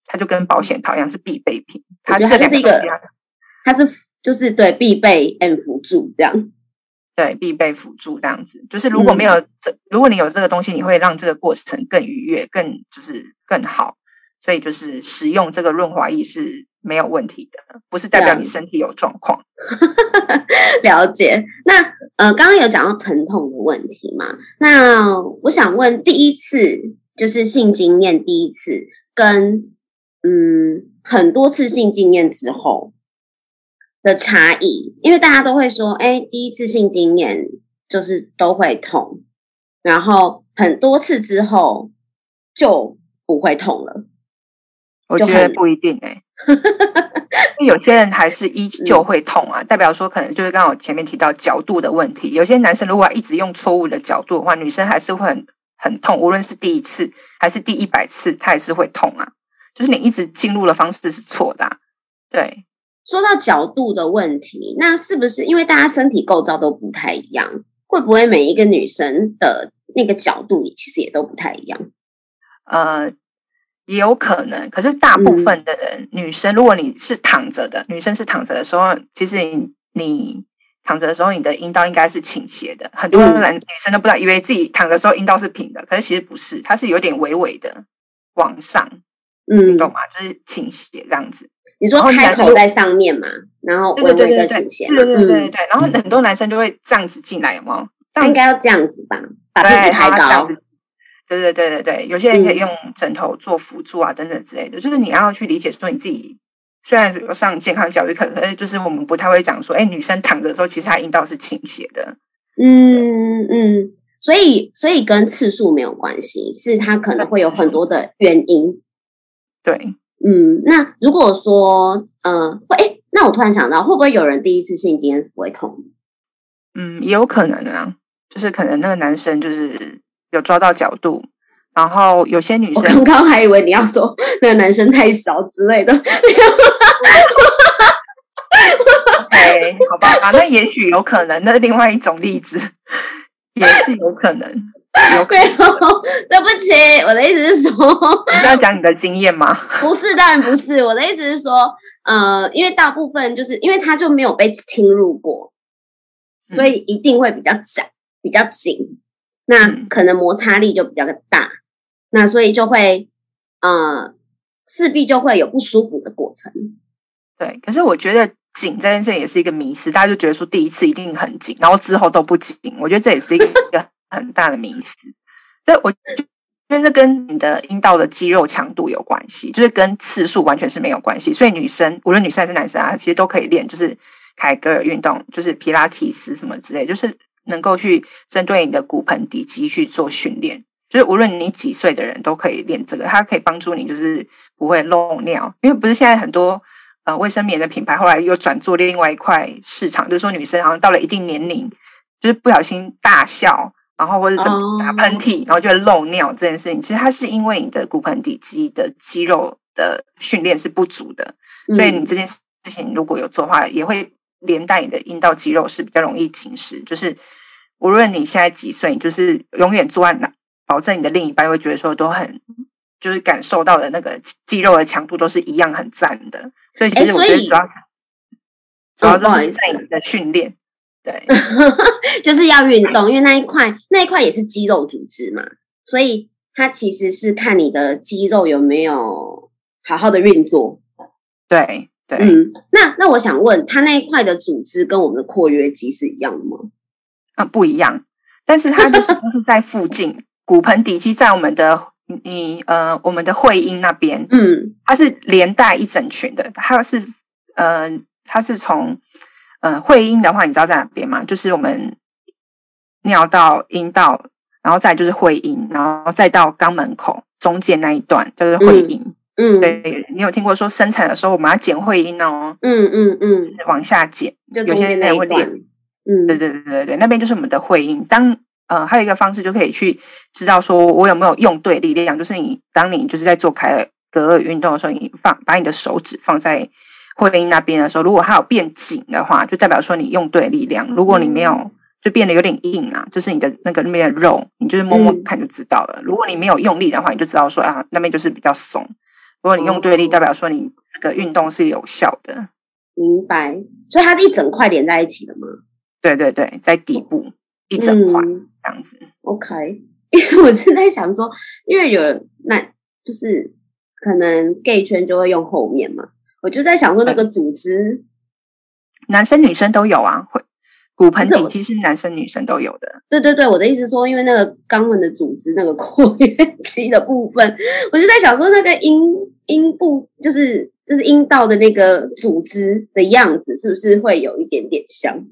它就跟保险套一样是必备品。 它这两个是一个，它是就是对必备 and 辅助这样。 对，必备辅助这样子，就是如果没有这、嗯，如果你有这个东西，你会让这个过程更愉悦，更就是更好。所以就是使用这个润滑液是没有问题的，不是代表你身体有状况。 了解。那呃，刚刚有讲到疼痛的问题嘛？那我想问，第一次就是性经验第一次，跟嗯很多次性经验之后的差异，因为大家都会说，哎，第一次性经验就是都会痛，然后很多次之后就不会痛了。 我觉得不一定哎、欸，因为有些人还是依旧会痛啊，嗯、代表说可能就是刚刚我前面提到角度的问题。有些男生如果一直用错误的角度的话，女生还是会很很痛，无论是第一次还是第一百次，她还是会痛啊。就是你一直进入的方式是错的、啊。对， 说到角度的问题，那是不是因为大家身体构造都不太一样，会不会每一个女生的那个角度其实也都不太一样？ 呃。也有可能，可是大部分的人、嗯、女生如果你是躺着的，女生是躺着的时候，其实你你躺着的时候，你的阴道应该是倾斜的。很多男、嗯、女生都不知道，以为自己躺的时候阴道是平的，可是其实不是，它是有点微微的往上，嗯，你懂吗？就是倾斜这样子。 你说开口在上面嘛，然后微微的倾斜嘛， 对对对 对, 对, 对, 对、嗯、然后很多男生就会这样子进来，有没有？ 应该要这样子吧，把屁股抬高。 对对对对对，有些人可以用枕头做辅助啊，等等之类的。就是你要去理解说，你自己虽然有上健康教育课，可是就是我们不太会讲说，哎，女生躺着的时候，其实她阴道是倾斜的。 嗯嗯，所以所以跟次数没有关系，是它可能会有很多的原因。 对， 嗯，那如果说呃，会，哎，那我突然想到，会不会有人第一次性经验是不会痛的？ 嗯，也有可能啊，就是可能那个男生就是有抓到角度，然后有些女生，我刚刚还以为你要说那个男生太小之类的。 OK， 好吧，啊，那也许有可能，那是另外一种例子，也是有可能。有可能对不起，我的意思是说， 你是要讲你的经验吗？ 不是，当然不是。我的意思是说，呃，因为大部分就是因为他就没有被侵入过，所以一定会比较窄、比较紧，那可能摩擦力就比较大，那所以就会呃，势必就会有不舒服的过程。 对，可是我觉得紧这件事也是一个迷思，大家就觉得说第一次一定很紧，然后之后都不紧。我觉得这也是一个很大的迷思。这我因为这跟你的阴道的肌肉强度有关系，就是跟次数完全是没有关系。所以女生无论女生还是男生啊，其实都可以练，就是凯格尔运动，就是皮拉提斯什么之类，就是能够去针对你的骨盆底肌去做训练。就是无论你几岁的人都可以练这个，它可以帮助你就是不会漏尿。因为不是现在很多呃卫生棉的品牌后来又转做另外一块市场，就是说女生好像到了一定年龄，就是不小心大笑，然后或者是打喷嚏、oh. 然后就会漏尿这件事情，其实它是因为你的骨盆底肌的肌肉的训练是不足的、嗯、所以你这件事情如果有做的话，也会连带你的阴道肌肉是比较容易紧实。就是无论你现在几岁，你就是永远做案，保证你的另一半会觉得说都很就是感受到的那个肌肉的强度都是一样很赞的。所以其实我觉得主要是、欸、主要就是在你的训练、哦、对就是要运动，因为那一块那一块也是肌肉组织嘛，所以它其实是看你的肌肉有没有好好的运作。 对对， 嗯，那那我想问，它那一块的组织跟我们的括约肌是一样的吗？ 啊，不一样，但是它就是都是在附近骨盆底肌在我们的你呃我们的会阴那边， 嗯， 它是连带一整群的，它是呃它是从呃会阴的话，你知道在哪边吗？就是我们尿道、阴道，然后再就是会阴，然后再到肛门口中间那一段就是会阴。 嗯， 对，你有听过说生产的时候我们要剪会阴哦？ 嗯嗯嗯， 往下剪， 就中间那一段。 嗯，对对对对对，那边就是我们的会阴。当呃，还有一个方式就可以去知道说我有没有用对力量，就是你当你就是在做凯格尔运动的时候，你放把你的手指放在会阴那边的时候，如果它有变紧的话，就代表说你用对力量。如果你没有，就变得有点硬啊，就是你的那个那边的肉，你就是摸摸看就知道了。嗯、如果你没有用力的话，你就知道说啊，那边就是比较松。 如果你用对力，代表说你这个运动是有效的。 明白，所以它是一整块连在一起的吗？ 对对对，在底部一整块、嗯、这样子。 OK， 因为我是在想说，因为有那就是可能 gay 圈就会用后面嘛，我就在想说那个组织， 男生女生都有啊，会骨盆底肌是男生女生都有的。 对对对，我的意思说，因为那个肛门的组织那个括约肌的部分，我就在想说那个阴阴部就是就是阴道的那个组织的样子，是不是会有一点点像？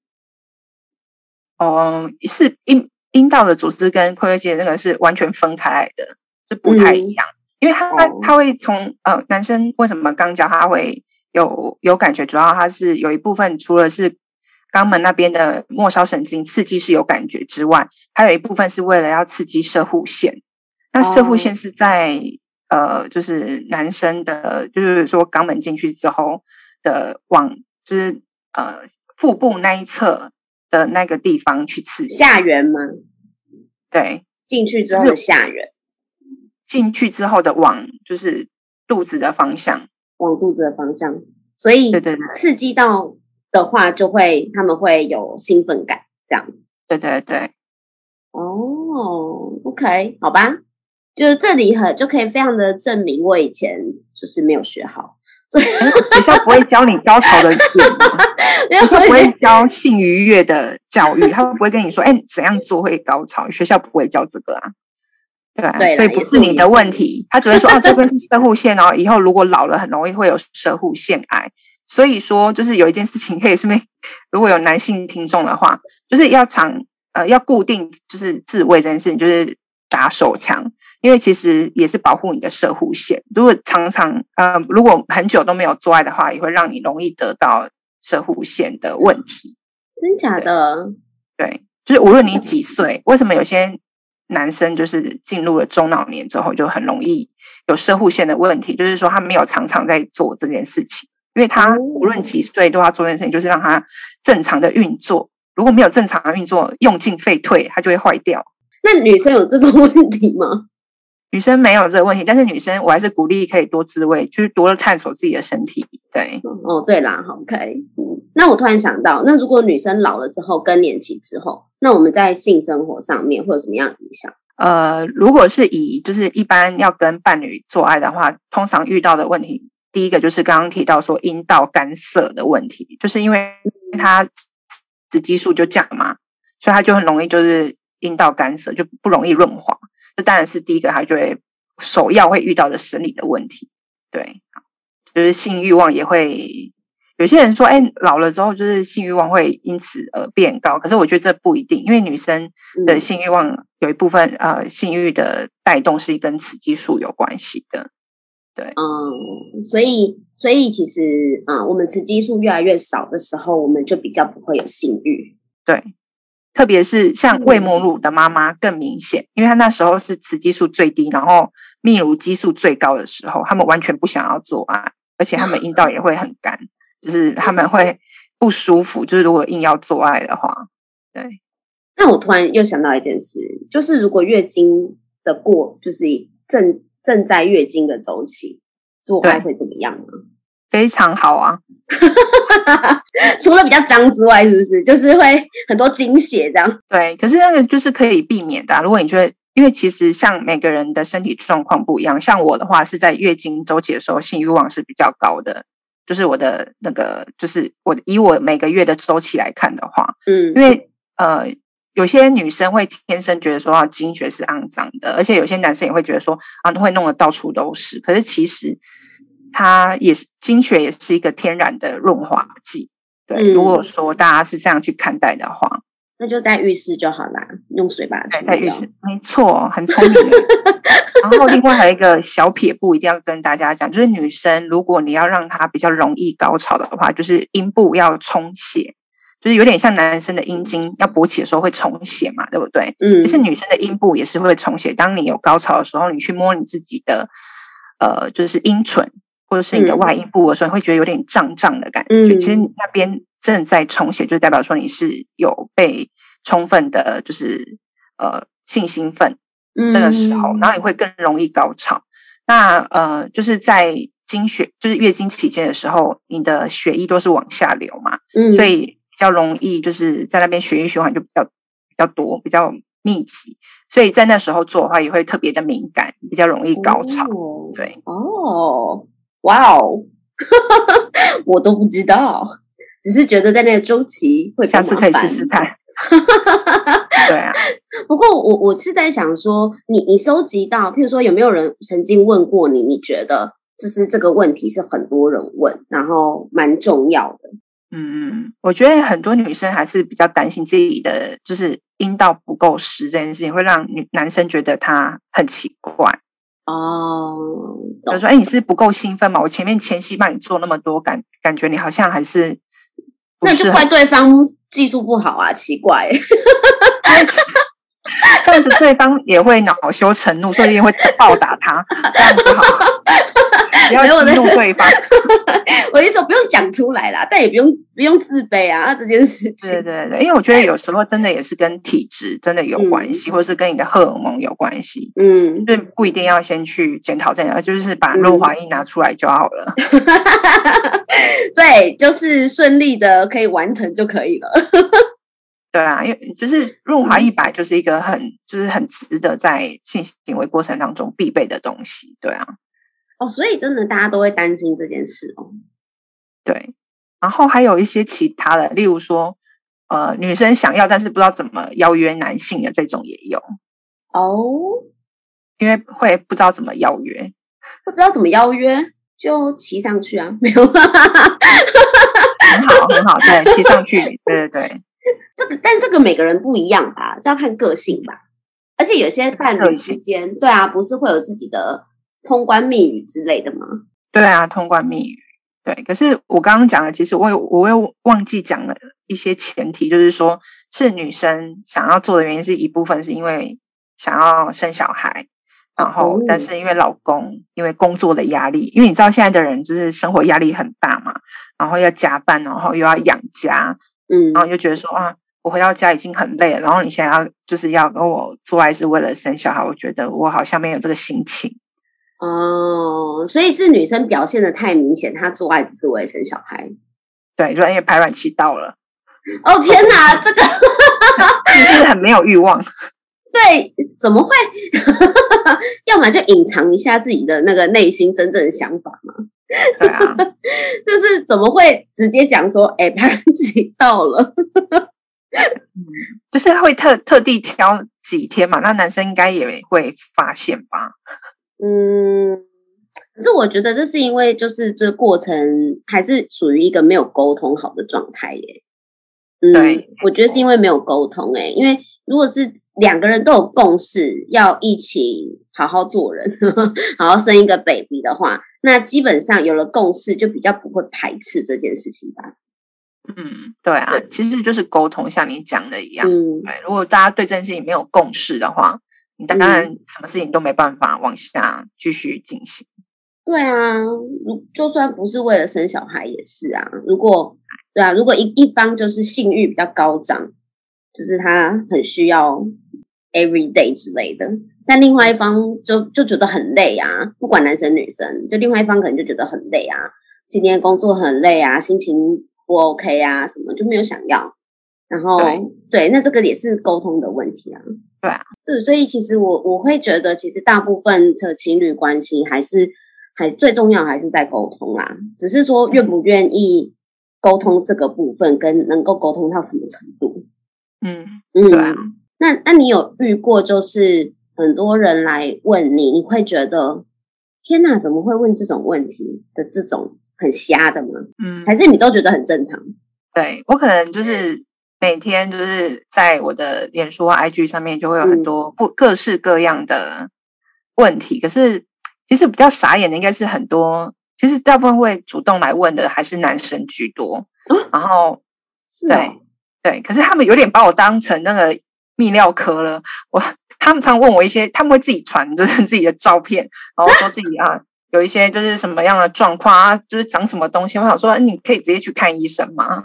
哦，是阴阴道的组织跟括约肌的那个是完全分开来的，是不太一样。嗯、因为它它会从呃男生为什么肛交它会有有感觉，主要它是有一部分除了是肛门那边的末梢神经刺激是有感觉之外，还有一部分是为了要刺激射护腺。那射护腺是在、哦、呃，就是男生的，就是说肛门进去之后的往，就是呃腹部那一侧的那个地方去刺激。 下缘吗？对，进去之后的下缘。 进去之后的往，就是肚子的方向， 往肚子的方向。所以，对对对，刺激到的话，就会他们会有兴奋感，这样。 对对对。 哦 ，OK， 好吧，就是这里很就可以非常的证明我以前就是没有学好，所以学校不会教你高潮的点，学校不会教性愉悦的教育，他不会跟你说，哎、欸，怎样做会高潮，学校不会教这个啊。对啊，对，所以不是你的问题，他只会说哦，这边是射护腺哦，以后如果老了很容易会有射护腺癌。所以说，就是有一件事情可以顺便，如果有男性听众的话，就是要常呃要固定就是自慰这件事情，就是打手枪，因为其实也是保护你的射护腺。如果常常呃如果很久都没有做爱的话，也会让你容易得到射护腺的问题。 真假的？ 对，对，就是无论你几岁，为什么有些男生就是进入了中老年之后就很容易有射护腺的问题，就是说他没有常常在做这件事情。因为他无论几岁都要做这件事情，就是让他正常的运作。如果没有正常的运作，用进废退，它就会坏掉。 那女生有这种问题吗？ 女生没有这个问题，但是女生我还是鼓励可以多自慰，就是多探索自己的身体。对， 哦，对啦 ，OK，嗯，那我突然想到，那如果女生老了之后，更年期之后，那我们在性生活上面会有什么样的影响？ 呃，如果是以就是一般要跟伴侣做爱的话，通常遇到的问题。第一个就是刚刚提到说阴道干涩的问题，就是因为它雌激素就降嘛，所以它就很容易就是阴道干涩，就不容易润滑。这当然是第一个，它就会首要会遇到的生理的问题。对，就是性欲望也会，有些人说，哎，老了之后就是性欲望会因此而变高，可是我觉得这不一定，因为女生的性欲望有一部分呃性欲的带动是跟雌激素有关系的。对， 嗯，所以，所以其实，嗯，我们雌激素越来越少的时候，我们就比较不会有性欲。 对，特别是像喂母乳的妈妈更明显，因为她那时候是雌激素最低，然后泌乳激素最高的时候，他们完全不想要做爱，而且他们阴道也会很干，就是他们会不舒服，就是如果硬要做爱的话，对。 那我突然又想到一件事，就是如果月经的过，就是正。正在月经的周期，做爱会怎么样呢？ 非常好啊！ 除了比较脏之外，是不是就是会很多经血这样？ 对，可是那个就是可以避免的啊。如果你觉得，因为其实像每个人的身体状况不一样，像我的话是在月经周期的时候，性欲望是比较高的。就是我的那个，就是我以我每个月的周期来看的话，嗯，因为呃。有些女生会天生觉得说啊，经血是肮脏的，而且有些男生也会觉得说啊，会弄得到处都是。可是其实它也是经血，也是一个天然的润滑剂。对，嗯、如果说大家是这样去看待的话， 那就在浴室就好啦，用水把它冲掉。 在浴室，没错，很聪明。然后另外还有一个小撇步，一定要跟大家讲，就是女生如果你要让她比较容易高潮的话，就是阴部要充血。就是有点像男生的阴茎要勃起的时候会充血嘛，对不对？嗯，其实女生的阴部也是会充血。当你有高潮的时候，你去摸你自己的呃，就是阴唇或者是你的外阴部的时候，你会觉得有点胀胀的感觉。嗯、其实那边正在充血，就代表说你是有被充分的，就是呃性兴奋这个时候，然后你会更容易高潮。 那呃，就是在经血就是月经期间的时候，你的血液都是往下流嘛，嗯，所以比较容易就是在那边血液循环就比较比较多，比较密集，所以在那时候做的话也会特别的敏感，比较容易高潮。哦、对， 哦，哇哦，我都不知道，只是觉得在那个周期会比较麻烦， 下次可以试试看。对啊， 不过我我是在想说，你你收集到，譬如说有没有人曾经问过你，你觉得就是这个问题是很多人问，然后蛮重要的。 嗯嗯，我觉得很多女生还是比较担心自己的就是阴道不够湿这件事情，会让女男生觉得他很奇怪。 哦， 比如说，哎，你是不够兴奋吗？我前面前戏帮你做那么多，感感觉你好像还是。 那就怪对方技术不好啊，奇怪。 这样子对方也会恼羞成怒，所以会暴打他，这样子好，不要激怒对方。 我一说不用讲出来啦，但也不用不用自卑啊，这件事情。 对对对，因为我觉得有时候真的也是跟体质真的有关系，嗯、或者是跟你的荷尔蒙有关系。嗯，就不一定要先去检讨这样，就是把润滑液拿出来就好了。 对，就是顺利的可以完成就可以了。 对啊，因为就是润滑液白就是一个很就是很值得在性行为过程当中必备的东西。对啊， 哦，所以真的大家都会担心这件事哦。 对，然后还有一些其他的，例如说呃女生想要但是不知道怎么邀约男性的这种也有哦， 因为会不知道怎么邀约， 会不知道怎么邀约就骑上去啊，没有很好很好，对，骑上去，对对对。 这个，但这个每个人不一样吧，这要看个性吧。而且有些伴侣之间，对啊，不是会有自己的通关密语之类的吗？ 对啊，通关密语。对，可是我刚刚讲的，其实我有我又忘记讲了一些前提，就是说是女生想要做的原因是一部分是因为想要生小孩，然后但是因为老公因为工作的压力，因为你知道现在的人就是生活压力很大嘛，然后要加班，然后又要养家。嗯，然后你就觉得说啊，我回到家已经很累了，然后你现在要就是要跟我做爱是为了生小孩，我觉得我好像没有这个心情。 哦，所以是女生表现得太明显，她做爱只是为了生小孩。 对，就因为排卵期到了。 哦天哪，这个就是很没有欲望。 对，怎么会？要么就隐藏一下自己的那个内心真正的想法嘛。 对啊， 就是怎么会直接讲说，哎、欸，排卵期到了， 嗯，就是会特特地挑几天嘛，那男生应该也会发现吧？ 嗯，可是我觉得这是因为就是这过程还是属于一个没有沟通好的状态耶。嗯，对，我觉得是因为没有沟通哎，因为如果是两个人都有共识，要一起好好做人，呵呵好好生一个 baby 的话，那基本上有了共识，就比较不会排斥这件事情吧。 嗯，对啊，对，其实就是沟通，像你讲的一样。嗯，对，如果大家对这件事情没有共识的话，你当然什么事情都没办法往下继续进行。 对啊，就算不是为了生小孩也是啊。如果对啊，如果一一方就是性欲比较高涨，就是他很需要 every day 之类的，但另外一方就就觉得很累啊，不管男生女生，就另外一方可能就觉得很累啊，今天工作很累啊，心情不 OK 啊，什么就没有想要。然后 对, 对，那这个也是沟通的问题啊。 对啊， 对，所以其实我我会觉得，其实大部分的情侣关系还是还是最重要，还是在沟通啦。只是说愿不愿意沟通这个部分，跟能够沟通到什么程度。 嗯嗯，对啊。 那那你有遇过，就是很多人来问你，你会觉得天哪，怎么会问这种问题的这种很瞎的吗？嗯，还是你都觉得很正常？ 对，我可能就是每天就是在我的脸书 I G 上面就会有很多不各式各样的问题，嗯，可是其实比较傻眼的应该是很多，其实大部分会主动来问的还是男生居多。嗯，然后是哦， 对对，可是他们有点把我当成那个泌尿科了。我他们常问我一些，他们会自己传就是自己的照片，然后说自己啊有一些就是什么样的状况啊，就是长什么东西。我想说，你可以直接去看医生吗？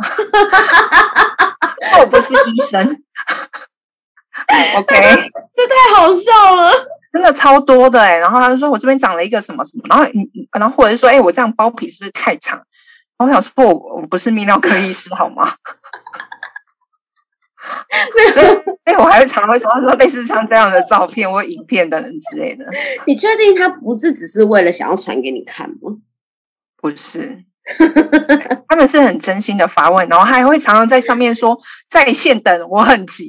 我不是医生。OK， 这太好笑了。 真的超多的哎、欸。然后他就说我这边长了一个什么什么，然后你然后或者是说，哎、欸，我这样包皮是不是太长？然后我想说我我不是泌尿科医师好吗？所以，哎、欸，我还会常会收到说类似像这样的照片或影片的人之类的。 你确定他不是只是为了想要传给你看吗？ 不是。他们是很真心的发问，然后还会常常在上面说在线等，我很急。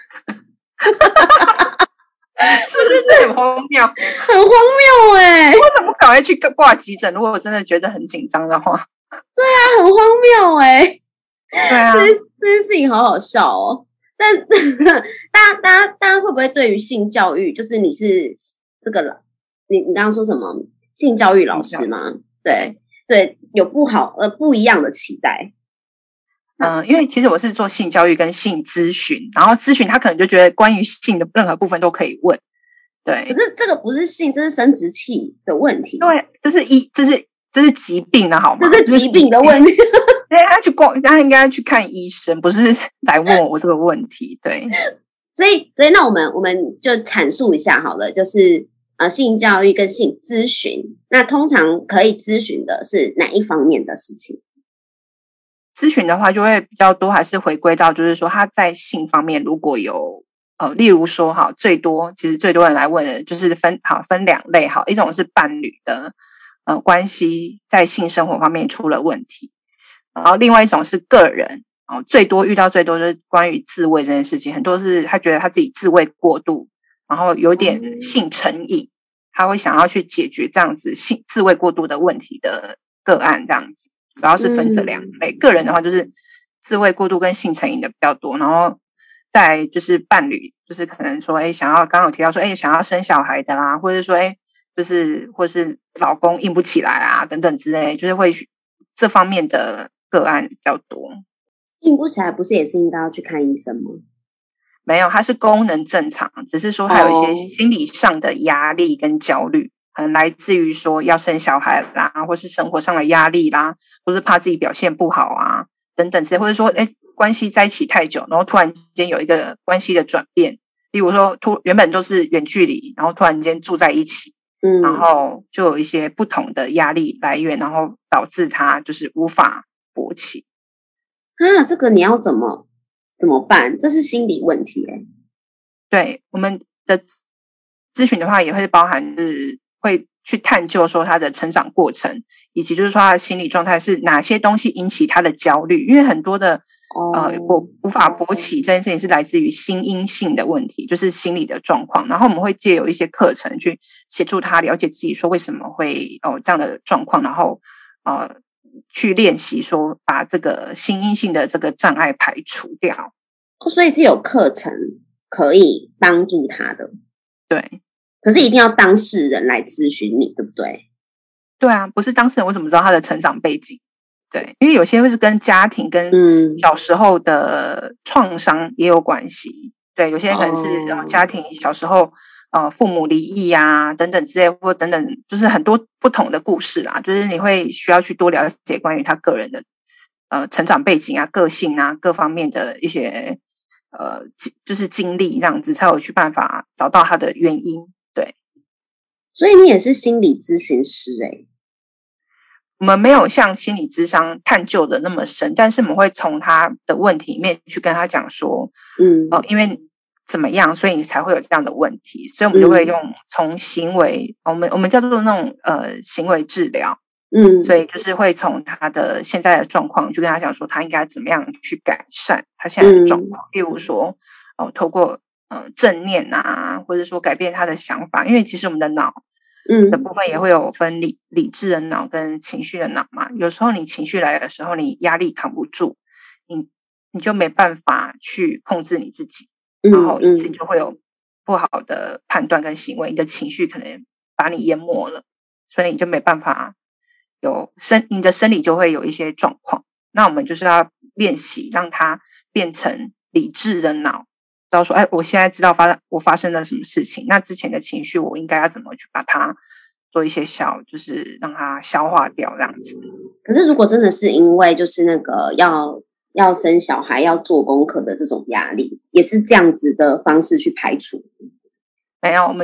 是不是很荒谬？ 很荒谬哎、欸！ 我怎么赶快去挂急诊？如果我真的觉得很紧张的话， 对啊，很荒谬哎、欸！ 对啊， 这这件事情好好笑哦。但大家大家大家会不会对于性教育，就是你是这个老你你刚刚说什么性教育老师吗？对对，有不好呃不一样的期待。 嗯、呃，因为其实我是做性教育跟性咨询，然后咨询他可能就觉得关于性的任何部分都可以问，对。 可是这个不是性，这是生殖器的问题。 对，这是一这是这是疾病了好吗？ 这是疾病的问题。 对，他去逛，他应该去看医生，不是来问我这个问题。对， 所以所以那我们我们就阐述一下好了，就是呃性教育跟性咨询，那通常可以咨询的是哪一方面的事情？ 咨询的话就会比较多，还是回归到就是说他在性方面如果有呃，例如说哈，最多其实最多人来问的就是分好分两类哈，一种是伴侣的呃关系在性生活方面出了问题，然后另外一种是个人哦，最多遇到最多就是关于自慰这件事情，很多是他觉得他自己自慰过度，然后有点性成瘾，他会想要去解决这样子性自慰过度的问题的个案这样子。主要是分这两类，嗯、个人的话就是自慰过度跟性成瘾的比较多，然后再来就是伴侣，就是可能说，哎，想要刚刚有提到说，哎，想要生小孩的啦，或者说，哎，就是或是老公硬不起来啊，等等之类，就是会这方面的个案比较多。 硬不起来不是也是应该要去看医生吗？ 没有，它是功能正常，只是说还有一些心理上的压力跟焦虑。可能来自于说要生小孩啦，或是生活上的压力啦，或是怕自己表现不好啊，等等之类，或者说，哎，关系在一起太久，然后突然间有一个关系的转变，例如说，突原本都是远距离，然后突然间住在一起，嗯，然后就有一些不同的压力来源，然后导致他就是无法勃起。 啊，这个你要怎么怎么办？这是心理问题哎、欸。 对，我们的咨询的话，也会包含就是会去探究说他的成长过程，以及就是说他的心理状态是哪些东西引起他的焦虑。因为很多的、oh. 呃，我无法勃起这件事情是来自于心因性的问题，就是心理的状况。然后我们会借由一些课程去协助他了解自己说为什么会哦这样的状况，然后呃去练习说把这个心因性的这个障碍排除掉。 哦，所以是有课程可以帮助他的。 对。 可是一定要当事人来咨询你，对不对？ 对啊，不是当事人，我怎么知道他的成长背景？对，因为有些会是跟家庭、跟小时候的创伤也有关系。嗯、对，有些人可能是、哦、家庭小时候呃父母离异啊等等之类，或等等，就是很多不同的故事啊。就是你会需要去多了解关于他个人的呃成长背景啊、个性啊各方面的一些呃就是经历，这样子才有去办法找到他的原因。对， 所以你也是心理咨询师诶、欸。 我们没有像心理諮商探究的那么深，但是我们会从他的问题里面去跟他讲说，嗯，哦，因为怎么样，所以你才会有这样的问题，所以我们就会用从行为，嗯、我们我们叫做那种呃行为治疗，嗯，所以就是会从他的现在的状况，去跟他讲说他应该怎么样去改善他现在的状况，嗯、例如说，哦，透过呃正念啊，或者说改变他的想法，因为其实我们的脑。嗯的部分也会有分理理智的脑跟情绪的脑嘛。有时候你情绪来的时候，你压力扛不住，你你就没办法去控制你自己，嗯、然后因此你就会有不好的判断跟行为，你的情绪可能把你淹没了，所以你就没办法有生，你的生理就会有一些状况。那我们就是要练习让它变成理智的脑。到说，哎，我现在知道发我发生了什么事情，那之前的情绪我应该要怎么去把它做一些消，就是让它消化掉这样子。 可是如果真的是因为就是那个要要生小孩要做功课的这种压力，也是这样子的方式去排除？ 没有，我们就是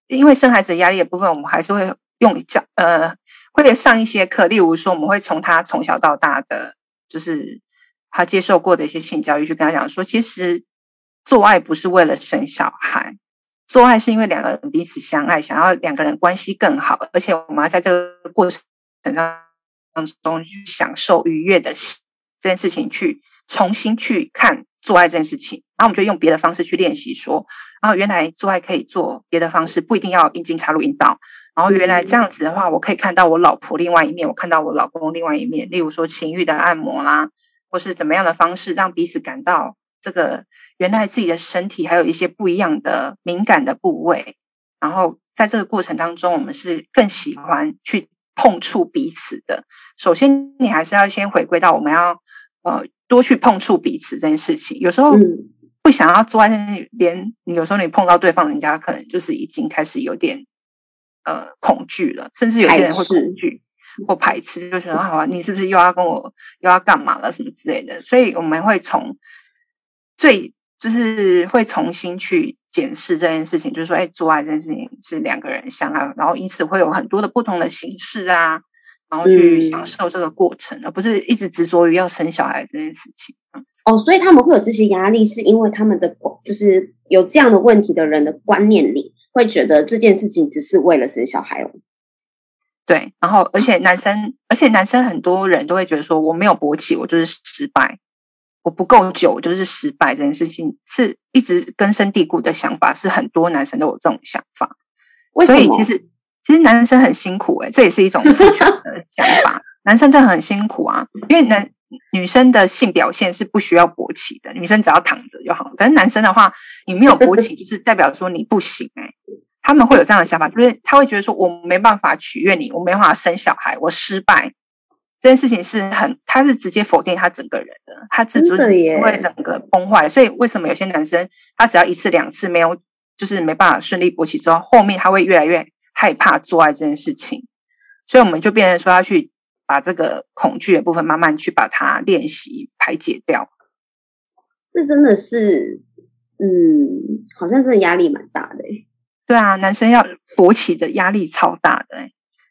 因为生孩子的压力的部分，我们还是会用教呃会上一些课，例如说我们会从他从小到大的就是他接受过的一些性教育去跟他讲说，其实做爱不是为了生小孩，做爱是因为两个人彼此相爱，想要两个人关系更好，而且我们要在这个过程当中去享受愉悦的这件事情，去重新去看做爱这件事情。然后我们就用别的方式去练习说，然后原来做爱可以做别的方式，不一定要阴茎插入阴道，然后原来这样子的话，我可以看到我老婆另外一面，我看到我老公另外一面，例如说情欲的按摩啦，或是怎么样的方式让彼此感到这个原来自己的身体还有一些不一样的敏感的部位，然后在这个过程当中我们是更喜欢去碰触彼此的。首先你还是要先回归到我们要呃多去碰触彼此这件事情。有时候不想要坐在那里，连你有时候你碰到对方，人家可能就是已经开始有点呃恐惧了，甚至有些人会恐惧或排斥，就觉得好啊，你是不是又要跟我又要干嘛了什么之类的。所以我们会从最就是会重新去检视这件事情，就是说哎，做爱这件事情是两个人相爱，然后因此会有很多的不同的形式啊，然后去享受这个过程，嗯、而不是一直执着于要生小孩这件事情。嗯、 哦，所以他们会有这些压力，是因为他们的就是有这样的问题的人的观念里会觉得这件事情只是为了生小孩哦。 对，然后而且男生，而且男生很多人都会觉得说，我没有勃起，我就是失败，我不够久，我就是失败。这件事情是一直根深蒂固的想法，是很多男生都有这种想法。 为什么？ 所以其实其实男生很辛苦诶、欸，这也是一种父权的想法。男生真的很辛苦啊，因为男女生的性表现是不需要勃起的，女生只要躺着就好。可是男生的话，你没有勃起，就是代表说你不行诶、欸。他们会有这样的想法，就是他会觉得说，我没办法取悦你，我没办法生小孩，我失败。这件事情是很，他是直接否定他整个人的，他自尊是会整个崩坏。所以为什么有些男生他只要一次两次没有，就是没办法顺利勃起之后，后面他会越来越害怕做爱这件事情。所以我们就变成说，要去把这个恐惧的部分慢慢去把它练习排解掉。 这真的是，嗯，好像真的压力蛮大的欸。 对啊，男生要勃起的压力超大的、欸、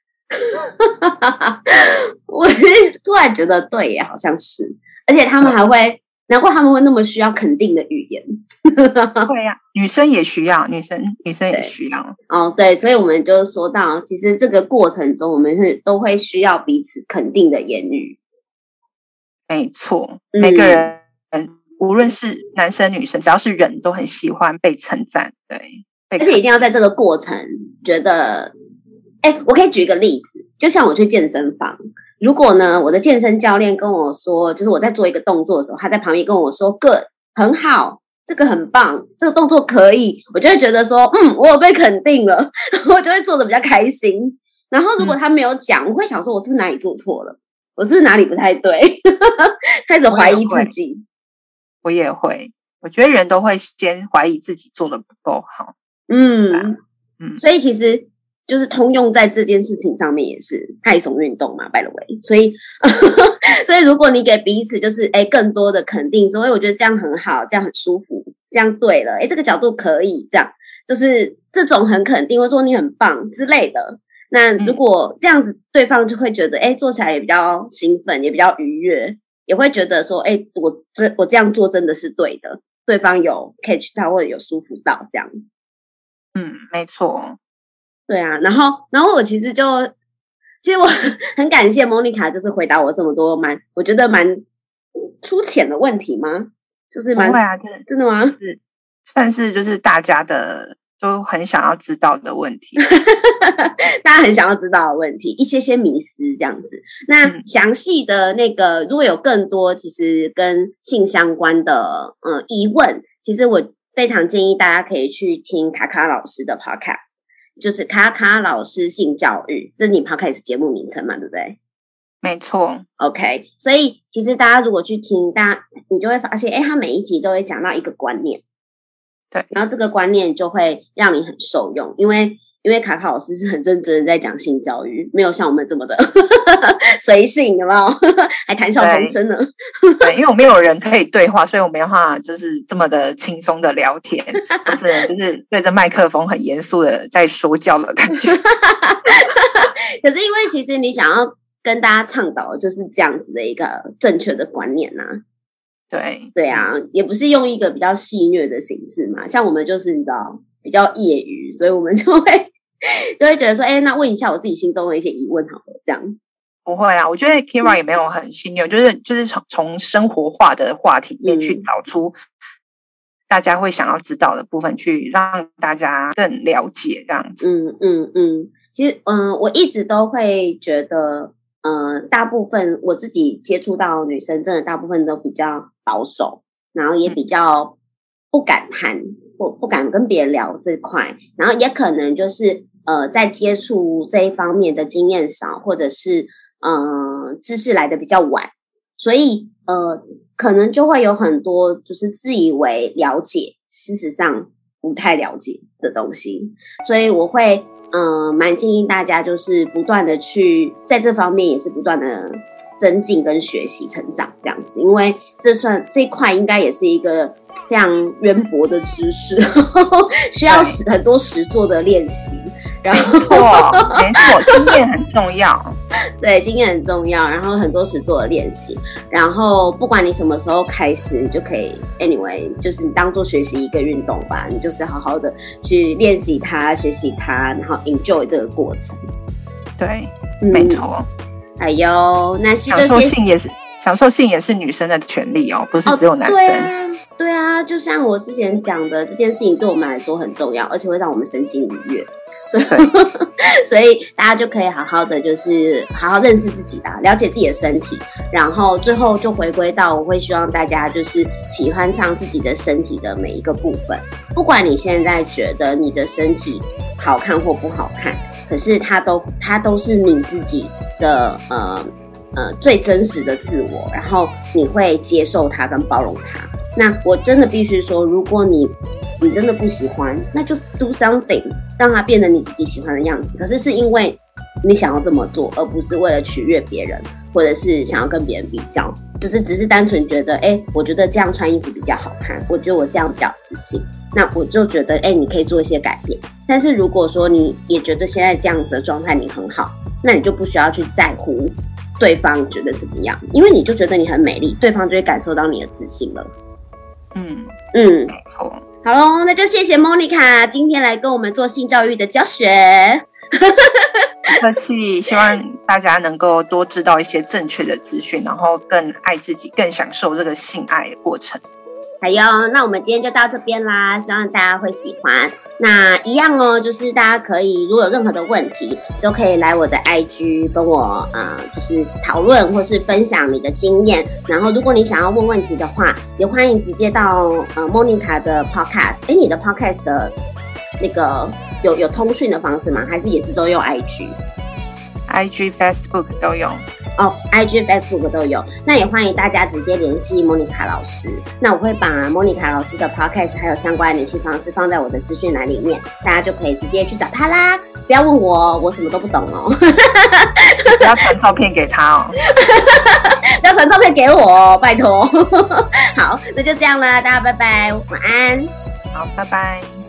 我突然觉得对耶，好像是，而且他们还会，难怪他们会那么需要肯定的语言。 对呀、啊，女生也需要，女生女生也需要。 哦，对，所以我们就说到，其实这个过程中，我们是都会需要彼此肯定的言语。 没错，嗯、每个人无论是男生女生，只要是人都很喜欢被称赞，对。 而且一定要在这个过程觉得，哎，我可以举一个例子，就像我去健身房，如果呢我的健身教练跟我说，就是我在做一个动作的时候，他在旁边跟我说 good 很好，这个很棒，这个动作可以，我就会觉得说，嗯，我有被肯定了，我就会做得比较开心。然后如果他没有讲，我会想说我是不是哪里做错了，我是不是哪里不太对，开始怀疑自己。 我也会，我觉得人都会先怀疑自己做得不够好。 嗯嗯，所以其实就是通用在这件事情上面也是派送运动嘛 ，by the way， 所以所以如果你给彼此就是哎更多的肯定，所以我觉得这样很好，这样很舒服，这样对了，哎这个角度可以，这样就是这种很肯定，或者说你很棒之类的。那如果这样子，对方就会觉得哎做起来也比较兴奋，也比较愉悦，也会觉得说哎我这我这样做真的是对的，对方有 catch 到或者有舒服到这样。 嗯，没错， 对啊，然后，然后我其实就，其实我很感谢 Monica， 就是回答我这么多蛮，我觉得蛮粗浅的问题吗？就是蛮， 不会啊， 真的吗？ 是，但是就是大家的都很想要知道的问题， 大家很想要知道的问题，一些些迷思这样子。那、嗯、详细的那个，如果有更多其实跟性相关的呃疑问，其实我。非常建议大家可以去听卡卡老师的 podcast， 就是卡卡老师性教育，这是你 podcast 节目名称嘛，对不对？ 没错 ，OK。所以其实大家如果去听，大家你就会发现，哎，他每一集都会讲到一个观念， 对， 然后这个观念就会让你很受用，因为因为卡卡老师是很认真的在讲性教育，没有像我们这么的随性，有没有？还谈笑风生呢。 对，因为我没有人可以对话，所以我没办法就是这么的轻松的聊天，我只能就是对着麦克风很严肃的在说教的感觉。 可是因为其实你想要跟大家倡导的就是这样子的一个正确的观念啊。 对对啊，也不是用一个比较戏谑的形式嘛，像我们就是你知道比较业余，所以我们就会就会觉得说，哎，那问一下我自己心中的一些疑问好了，这样。 不会啊，我觉得 Kyria 也没有很戏谑，就是就是从从生活化的话题里面去找出大家会想要知道的部分，去让大家更了解这样子。 嗯嗯嗯，其实嗯、呃，我一直都会觉得。呃，大部分我自己接触到女生，真的大部分都比较保守，然后也比较不敢谈，不不敢跟别人聊这块，然后也可能就是呃，在接触这一方面的经验少，或者是呃知识来的比较晚，所以呃，可能就会有很多就是自以为了解，事实上不太了解的东西，所以我会。嗯，蛮建议大家就是不断的去在这方面也是不断的增进跟学习成长这样子，因为这算这一块应该也是一个非常渊博的知识，需要很多实作的练习。然后没错，没错，经验很重要。 对，经验很重要，然后很多实作的练习，然后不管你什么时候开始，你就可以 anyway， 就是你当做学习一个运动吧，你就是好好的去练习它，学习它，然后 enjoy 这个过程。 对，嗯、没错。 哎呦，那是享受性也是享受性也是女生的权利哦，不是只有男生。 哦，对啊，对啊，就像我之前讲的，这件事情对我们来说很重要，而且会让我们身心愉悦，所以所以大家就可以好好的就是好好认识自己啦，了解自己的身体，然后最后就回归到我会希望大家就是喜欢上自己的身体的每一个部分，不管你现在觉得你的身体好看或不好看，可是它都它都是你自己的呃呃最真实的自我，然后你会接受它跟包容它。那我真的必须说，如果你你真的不喜欢，那就 do something 让它变成你自己喜欢的样子。可是是因为你想要这么做，而不是为了取悦别人，或者是想要跟别人比较，就是只是单纯觉得，哎，我觉得这样穿衣服比较好看，我觉得我这样比较自信，那我就觉得，哎，你可以做一些改变。但是如果说你也觉得现在这样子的状态你很好，那你就不需要去在乎对方觉得怎么样，因为你就觉得你很美丽，对方就会感受到你的自信了。 嗯嗯， 没错。 好咯，那就谢谢 Monica 今天来跟我们做性教育的教学。 不客气，希望大家能够多知道一些正确的资讯，然后更爱自己，更享受这个性爱的过程。 好哟，那我们今天就到这边啦，希望大家会喜欢。那一样哦，就是大家可以如果有任何的问题，都可以来我的 I G 跟我呃，就是讨论或是分享你的经验。然后如果你想要问问题的话，也欢迎直接到呃 Monica 的 Podcast。哎，你的 Podcast 的那个有有通讯的方式吗？还是也是都用 I G？I G、Facebook 都有哦 ，I G、Facebook 都有。那也欢迎大家直接联系 Monica 老师。那我会把 Monica 老师的 Podcast 还有相关的联系方式放在我的资讯栏里面，大家就可以直接去找他啦。不要问我，我什么都不懂哦。 不要传照片给他哦。 不要传照片给我哦，拜托。好，那就这样啦，大家拜拜，晚安。 好，拜拜。